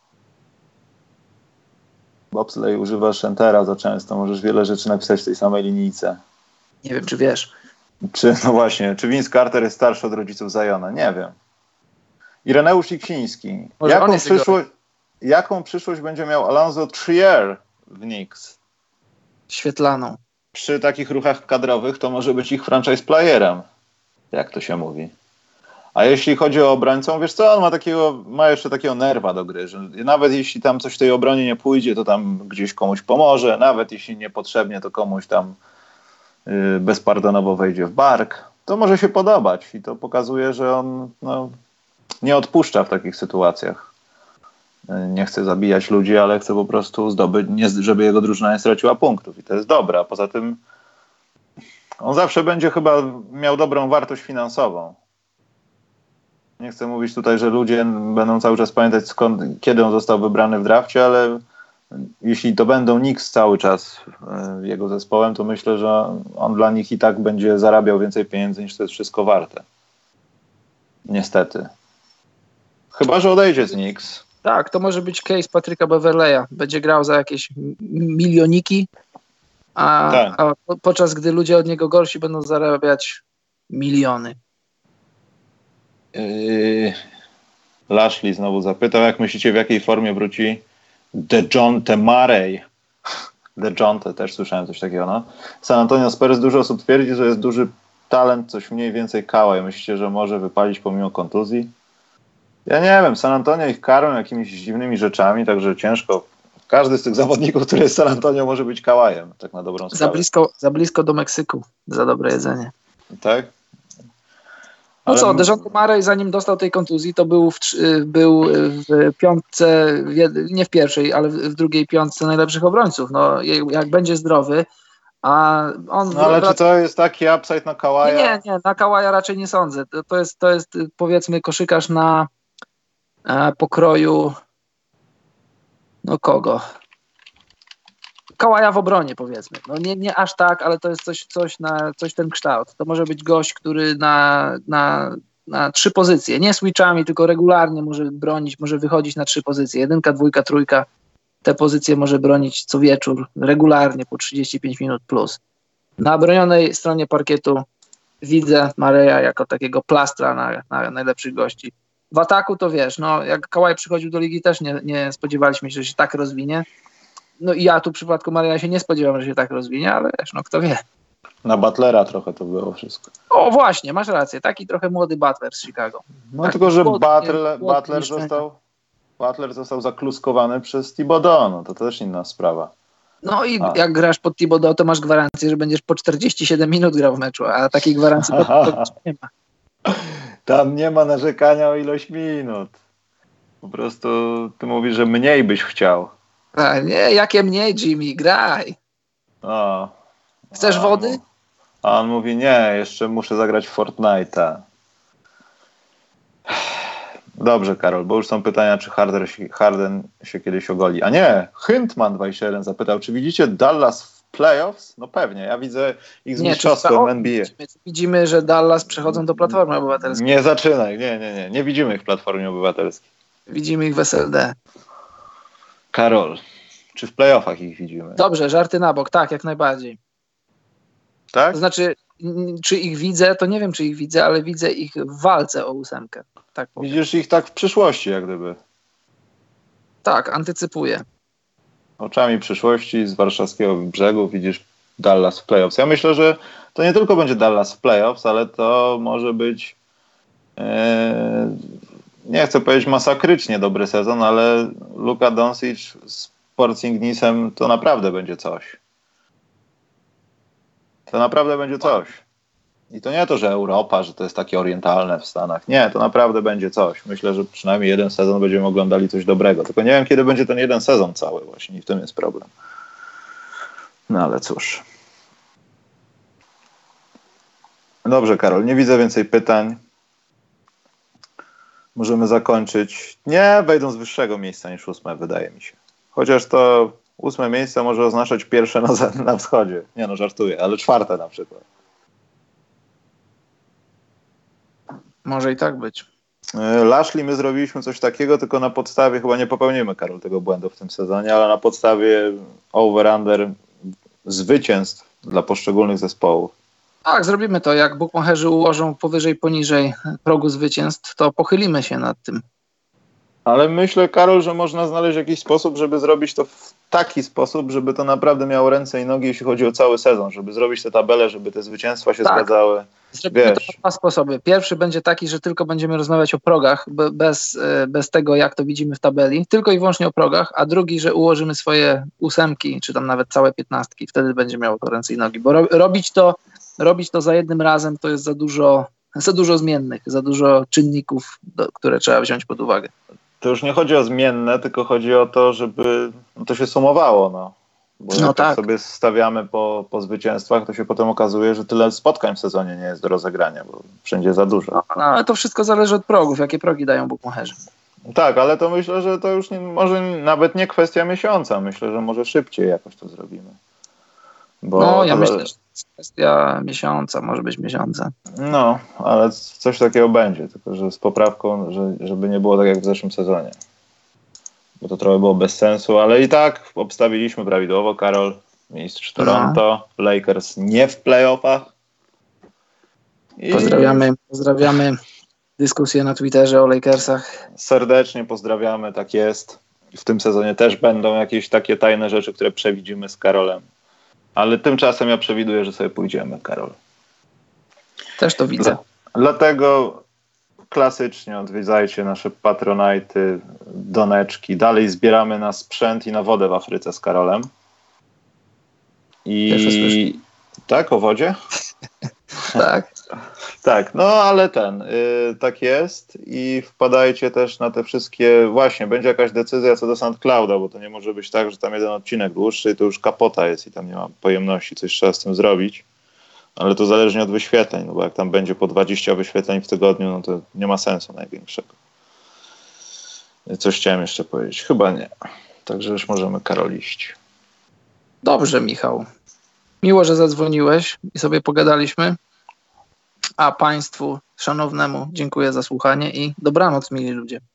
Bobsley używasz Entera za często. Możesz wiele rzeczy napisać w tej samej linijce. Nie wiem, czy wiesz. Czy Vince Carter jest starszy od rodziców Ziona? Nie wiem. Ireneusz Iksiński. Jaką przyszłość będzie miał Alonzo Trier w Knicks? Świetlaną. Przy takich ruchach kadrowych to może być ich franchise playerem. Jak to się mówi? A jeśli chodzi o obrońcę, wiesz co, on ma jeszcze takiego nerwa do gry, że nawet jeśli tam coś w tej obronie nie pójdzie, to tam gdzieś komuś pomoże, nawet jeśli niepotrzebnie, to komuś tam bezpardonowo wejdzie w bark. To może się podobać i to pokazuje, że on nie odpuszcza w takich sytuacjach. Nie chce zabijać ludzi, ale chce po prostu zdobyć, żeby jego drużyna nie straciła punktów i to jest dobre, a poza tym on zawsze będzie chyba miał dobrą wartość finansową. Nie chcę mówić tutaj, że ludzie będą cały czas pamiętać kiedy on został wybrany w drafcie, ale jeśli to będą Knicks cały czas jego zespołem, to myślę, że on dla nich i tak będzie zarabiał więcej pieniędzy niż to jest wszystko warte. Niestety. Chyba że odejdzie z Knicks. Tak, to może być case Patryka Beverleya. Będzie grał za jakieś milioniki, a podczas gdy ludzie od niego gorsi będą zarabiać miliony. Lashley znowu zapytał, jak myślicie, w jakiej formie wróci DeJounte Murray? DeJounte, też słyszałem coś takiego, no. San Antonio Spurs, dużo osób twierdzi, że jest duży talent, coś mniej więcej Kawhi. Myślicie, że może wypalić pomimo kontuzji? Ja nie wiem, San Antonio ich karmią jakimiś dziwnymi rzeczami, także ciężko. Każdy z tych zawodników, który jest San Antonio, może być Kawhi'em, tak na dobrą sprawę. Za blisko do Meksyku, za dobre jedzenie. Tak? No co, DeJounte Murray, zanim dostał tej kontuzji, to był w piątce, nie w pierwszej, ale w drugiej piątce najlepszych obrońców. No, jak będzie zdrowy, a on... No ale czy to jest taki upside na Kawhi'a? Nie, na Kawhi'a raczej nie sądzę. To jest powiedzmy koszykarz na pokroju kogo? Kawhi'a w obronie, powiedzmy. No nie aż tak, ale to jest coś ten kształt. To może być gość, który na 3 pozycje, nie switchami, tylko regularnie może bronić, może wychodzić na 3 pozycje. 1, 2, 3. Te pozycje może bronić co wieczór, regularnie po 35 minut plus. Na bronionej stronie parkietu widzę Murray'a jako takiego plastra na najlepszych gości. W ataku to wiesz, jak Kawhi przychodził do ligi, też nie spodziewaliśmy się, że się tak rozwinie. No i ja tu w przypadku Murray'a się nie spodziewam, że się tak rozwinie, ale wiesz, kto wie. Na Butlera trochę to było wszystko. O właśnie, masz rację, taki trochę młody Butler z Chicago. No tylko, że Butler został zakluskowany przez Thibodeau, no to też inna sprawa. No i jak grasz pod Thibodeau, to masz gwarancję, że będziesz po 47 minut grał w meczu, a takiej gwarancji pod Thibodeau nie ma. Tam nie ma narzekania o ilość minut. Po prostu ty mówisz, że mniej byś chciał. A nie, jakie mniej, Jimmy, graj. Chcesz wody? A on mówi, nie, jeszcze muszę zagrać w Fortnite'a. Dobrze, Karol, bo już są pytania, czy Harden się kiedyś ogoli. A nie, Hintman21 zapytał, czy widzicie Dallas w playoffs? No pewnie, ja widzę ich z mistrzostwem NBA. Widzimy, że Dallas przechodzą do Platformy Obywatelskiej. Nie zaczynaj, nie widzimy ich w Platformie Obywatelskiej. Widzimy ich w SLD. Karol, czy w playoffach ich widzimy? Dobrze, żarty na bok, tak, jak najbardziej. Tak? To znaczy, czy ich widzę, to nie wiem, czy ich widzę, ale widzę ich w walce o 8. Tak powiem. Widzisz ich tak w przyszłości, jak gdyby. Tak, antycypuję. Oczami przyszłości z warszawskiego brzegu widzisz Dallas w playoffs. Ja myślę, że to nie tylko będzie Dallas w playoffs, ale to może być nie chcę powiedzieć masakrycznie dobry sezon, ale Luka Doncic z Porzingisem to naprawdę będzie coś. To naprawdę będzie coś. I to nie to, że Europa, że to jest takie orientalne w Stanach. Nie, to naprawdę będzie coś. Myślę, że przynajmniej jeden sezon będziemy oglądali coś dobrego. Tylko nie wiem, kiedy będzie ten jeden sezon cały właśnie i w tym jest problem. No ale cóż. Dobrze, Karol, nie widzę więcej pytań. Możemy zakończyć. Nie wejdą z wyższego miejsca niż 8, wydaje mi się. Chociaż to 8 miejsce może oznaczać pierwsze na wschodzie. Nie no, żartuję, ale 4 na przykład. Może i tak być. Lashley, my zrobiliśmy coś takiego, tylko na podstawie, chyba nie popełnimy, Karol, tego błędu w tym sezonie, ale na podstawie over-under zwycięstw dla poszczególnych zespołów. Tak, zrobimy to. Jak bukmacherzy ułożą powyżej, poniżej progu zwycięstw, to pochylimy się nad tym. Ale myślę, Karol, że można znaleźć jakiś sposób, żeby zrobić to w taki sposób, żeby to naprawdę miało ręce i nogi, jeśli chodzi o cały sezon, żeby zrobić te tabele, żeby te zwycięstwa się zgadzały. Zrobimy to na dwa sposoby. Pierwszy będzie taki, że tylko będziemy rozmawiać o progach, bez tego, jak to widzimy w tabeli, tylko i wyłącznie o progach, a drugi, że ułożymy swoje 8, czy tam nawet całe 15, wtedy będzie miało to ręce i nogi, bo robić to za jednym razem to jest za dużo zmiennych, za dużo czynników, które trzeba wziąć pod uwagę. To już nie chodzi o zmienne, tylko chodzi o to, żeby to się sumowało, no. Bo jak tak sobie stawiamy po zwycięstwach, to się potem okazuje, że tyle spotkań w sezonie nie jest do rozegrania, bo wszędzie za dużo. No, ale to wszystko zależy od progów, jakie progi dają bukmacherzy. Tak, ale to myślę, że to już może nawet nie kwestia miesiąca. Myślę, że może szybciej jakoś to zrobimy. Bo ja myślę, że to jest kwestia miesiąca, może być miesiąca. No, ale coś takiego będzie, tylko że z poprawką, żeby nie było tak jak w zeszłym sezonie. Bo to trochę było bez sensu, ale i tak obstawiliśmy prawidłowo, Karol, mistrz Toronto, Lakers nie w playoffach. Pozdrawiamy dyskusję na Twitterze o Lakersach. Serdecznie pozdrawiamy, tak jest. W tym sezonie też będą jakieś takie tajne rzeczy, które przewidzimy z Karolem. Ale tymczasem ja przewiduję, że sobie pójdziemy, Karol. Też to widzę. Dlatego klasycznie odwiedzajcie nasze Patronite'y, doneczki. Dalej zbieramy na sprzęt i na wodę w Afryce z Karolem. I tak, o wodzie? Tak. Tak, no ale tak jest i wpadajcie też na te wszystkie, właśnie, będzie jakaś decyzja co do SoundClouda, bo to nie może być tak, że tam jeden odcinek dłuższy i to już kapota jest i tam nie ma pojemności, coś trzeba z tym zrobić, ale to zależnie od wyświetleń, no bo jak tam będzie po 20 wyświetleń w tygodniu, no to nie ma sensu największego. Coś chciałem jeszcze powiedzieć, chyba nie, także już możemy, Karol, iść. Dobrze, Michał. Miło, że zadzwoniłeś i sobie pogadaliśmy. A Państwu szanownemu dziękuję za słuchanie i dobranoc, mili ludzie.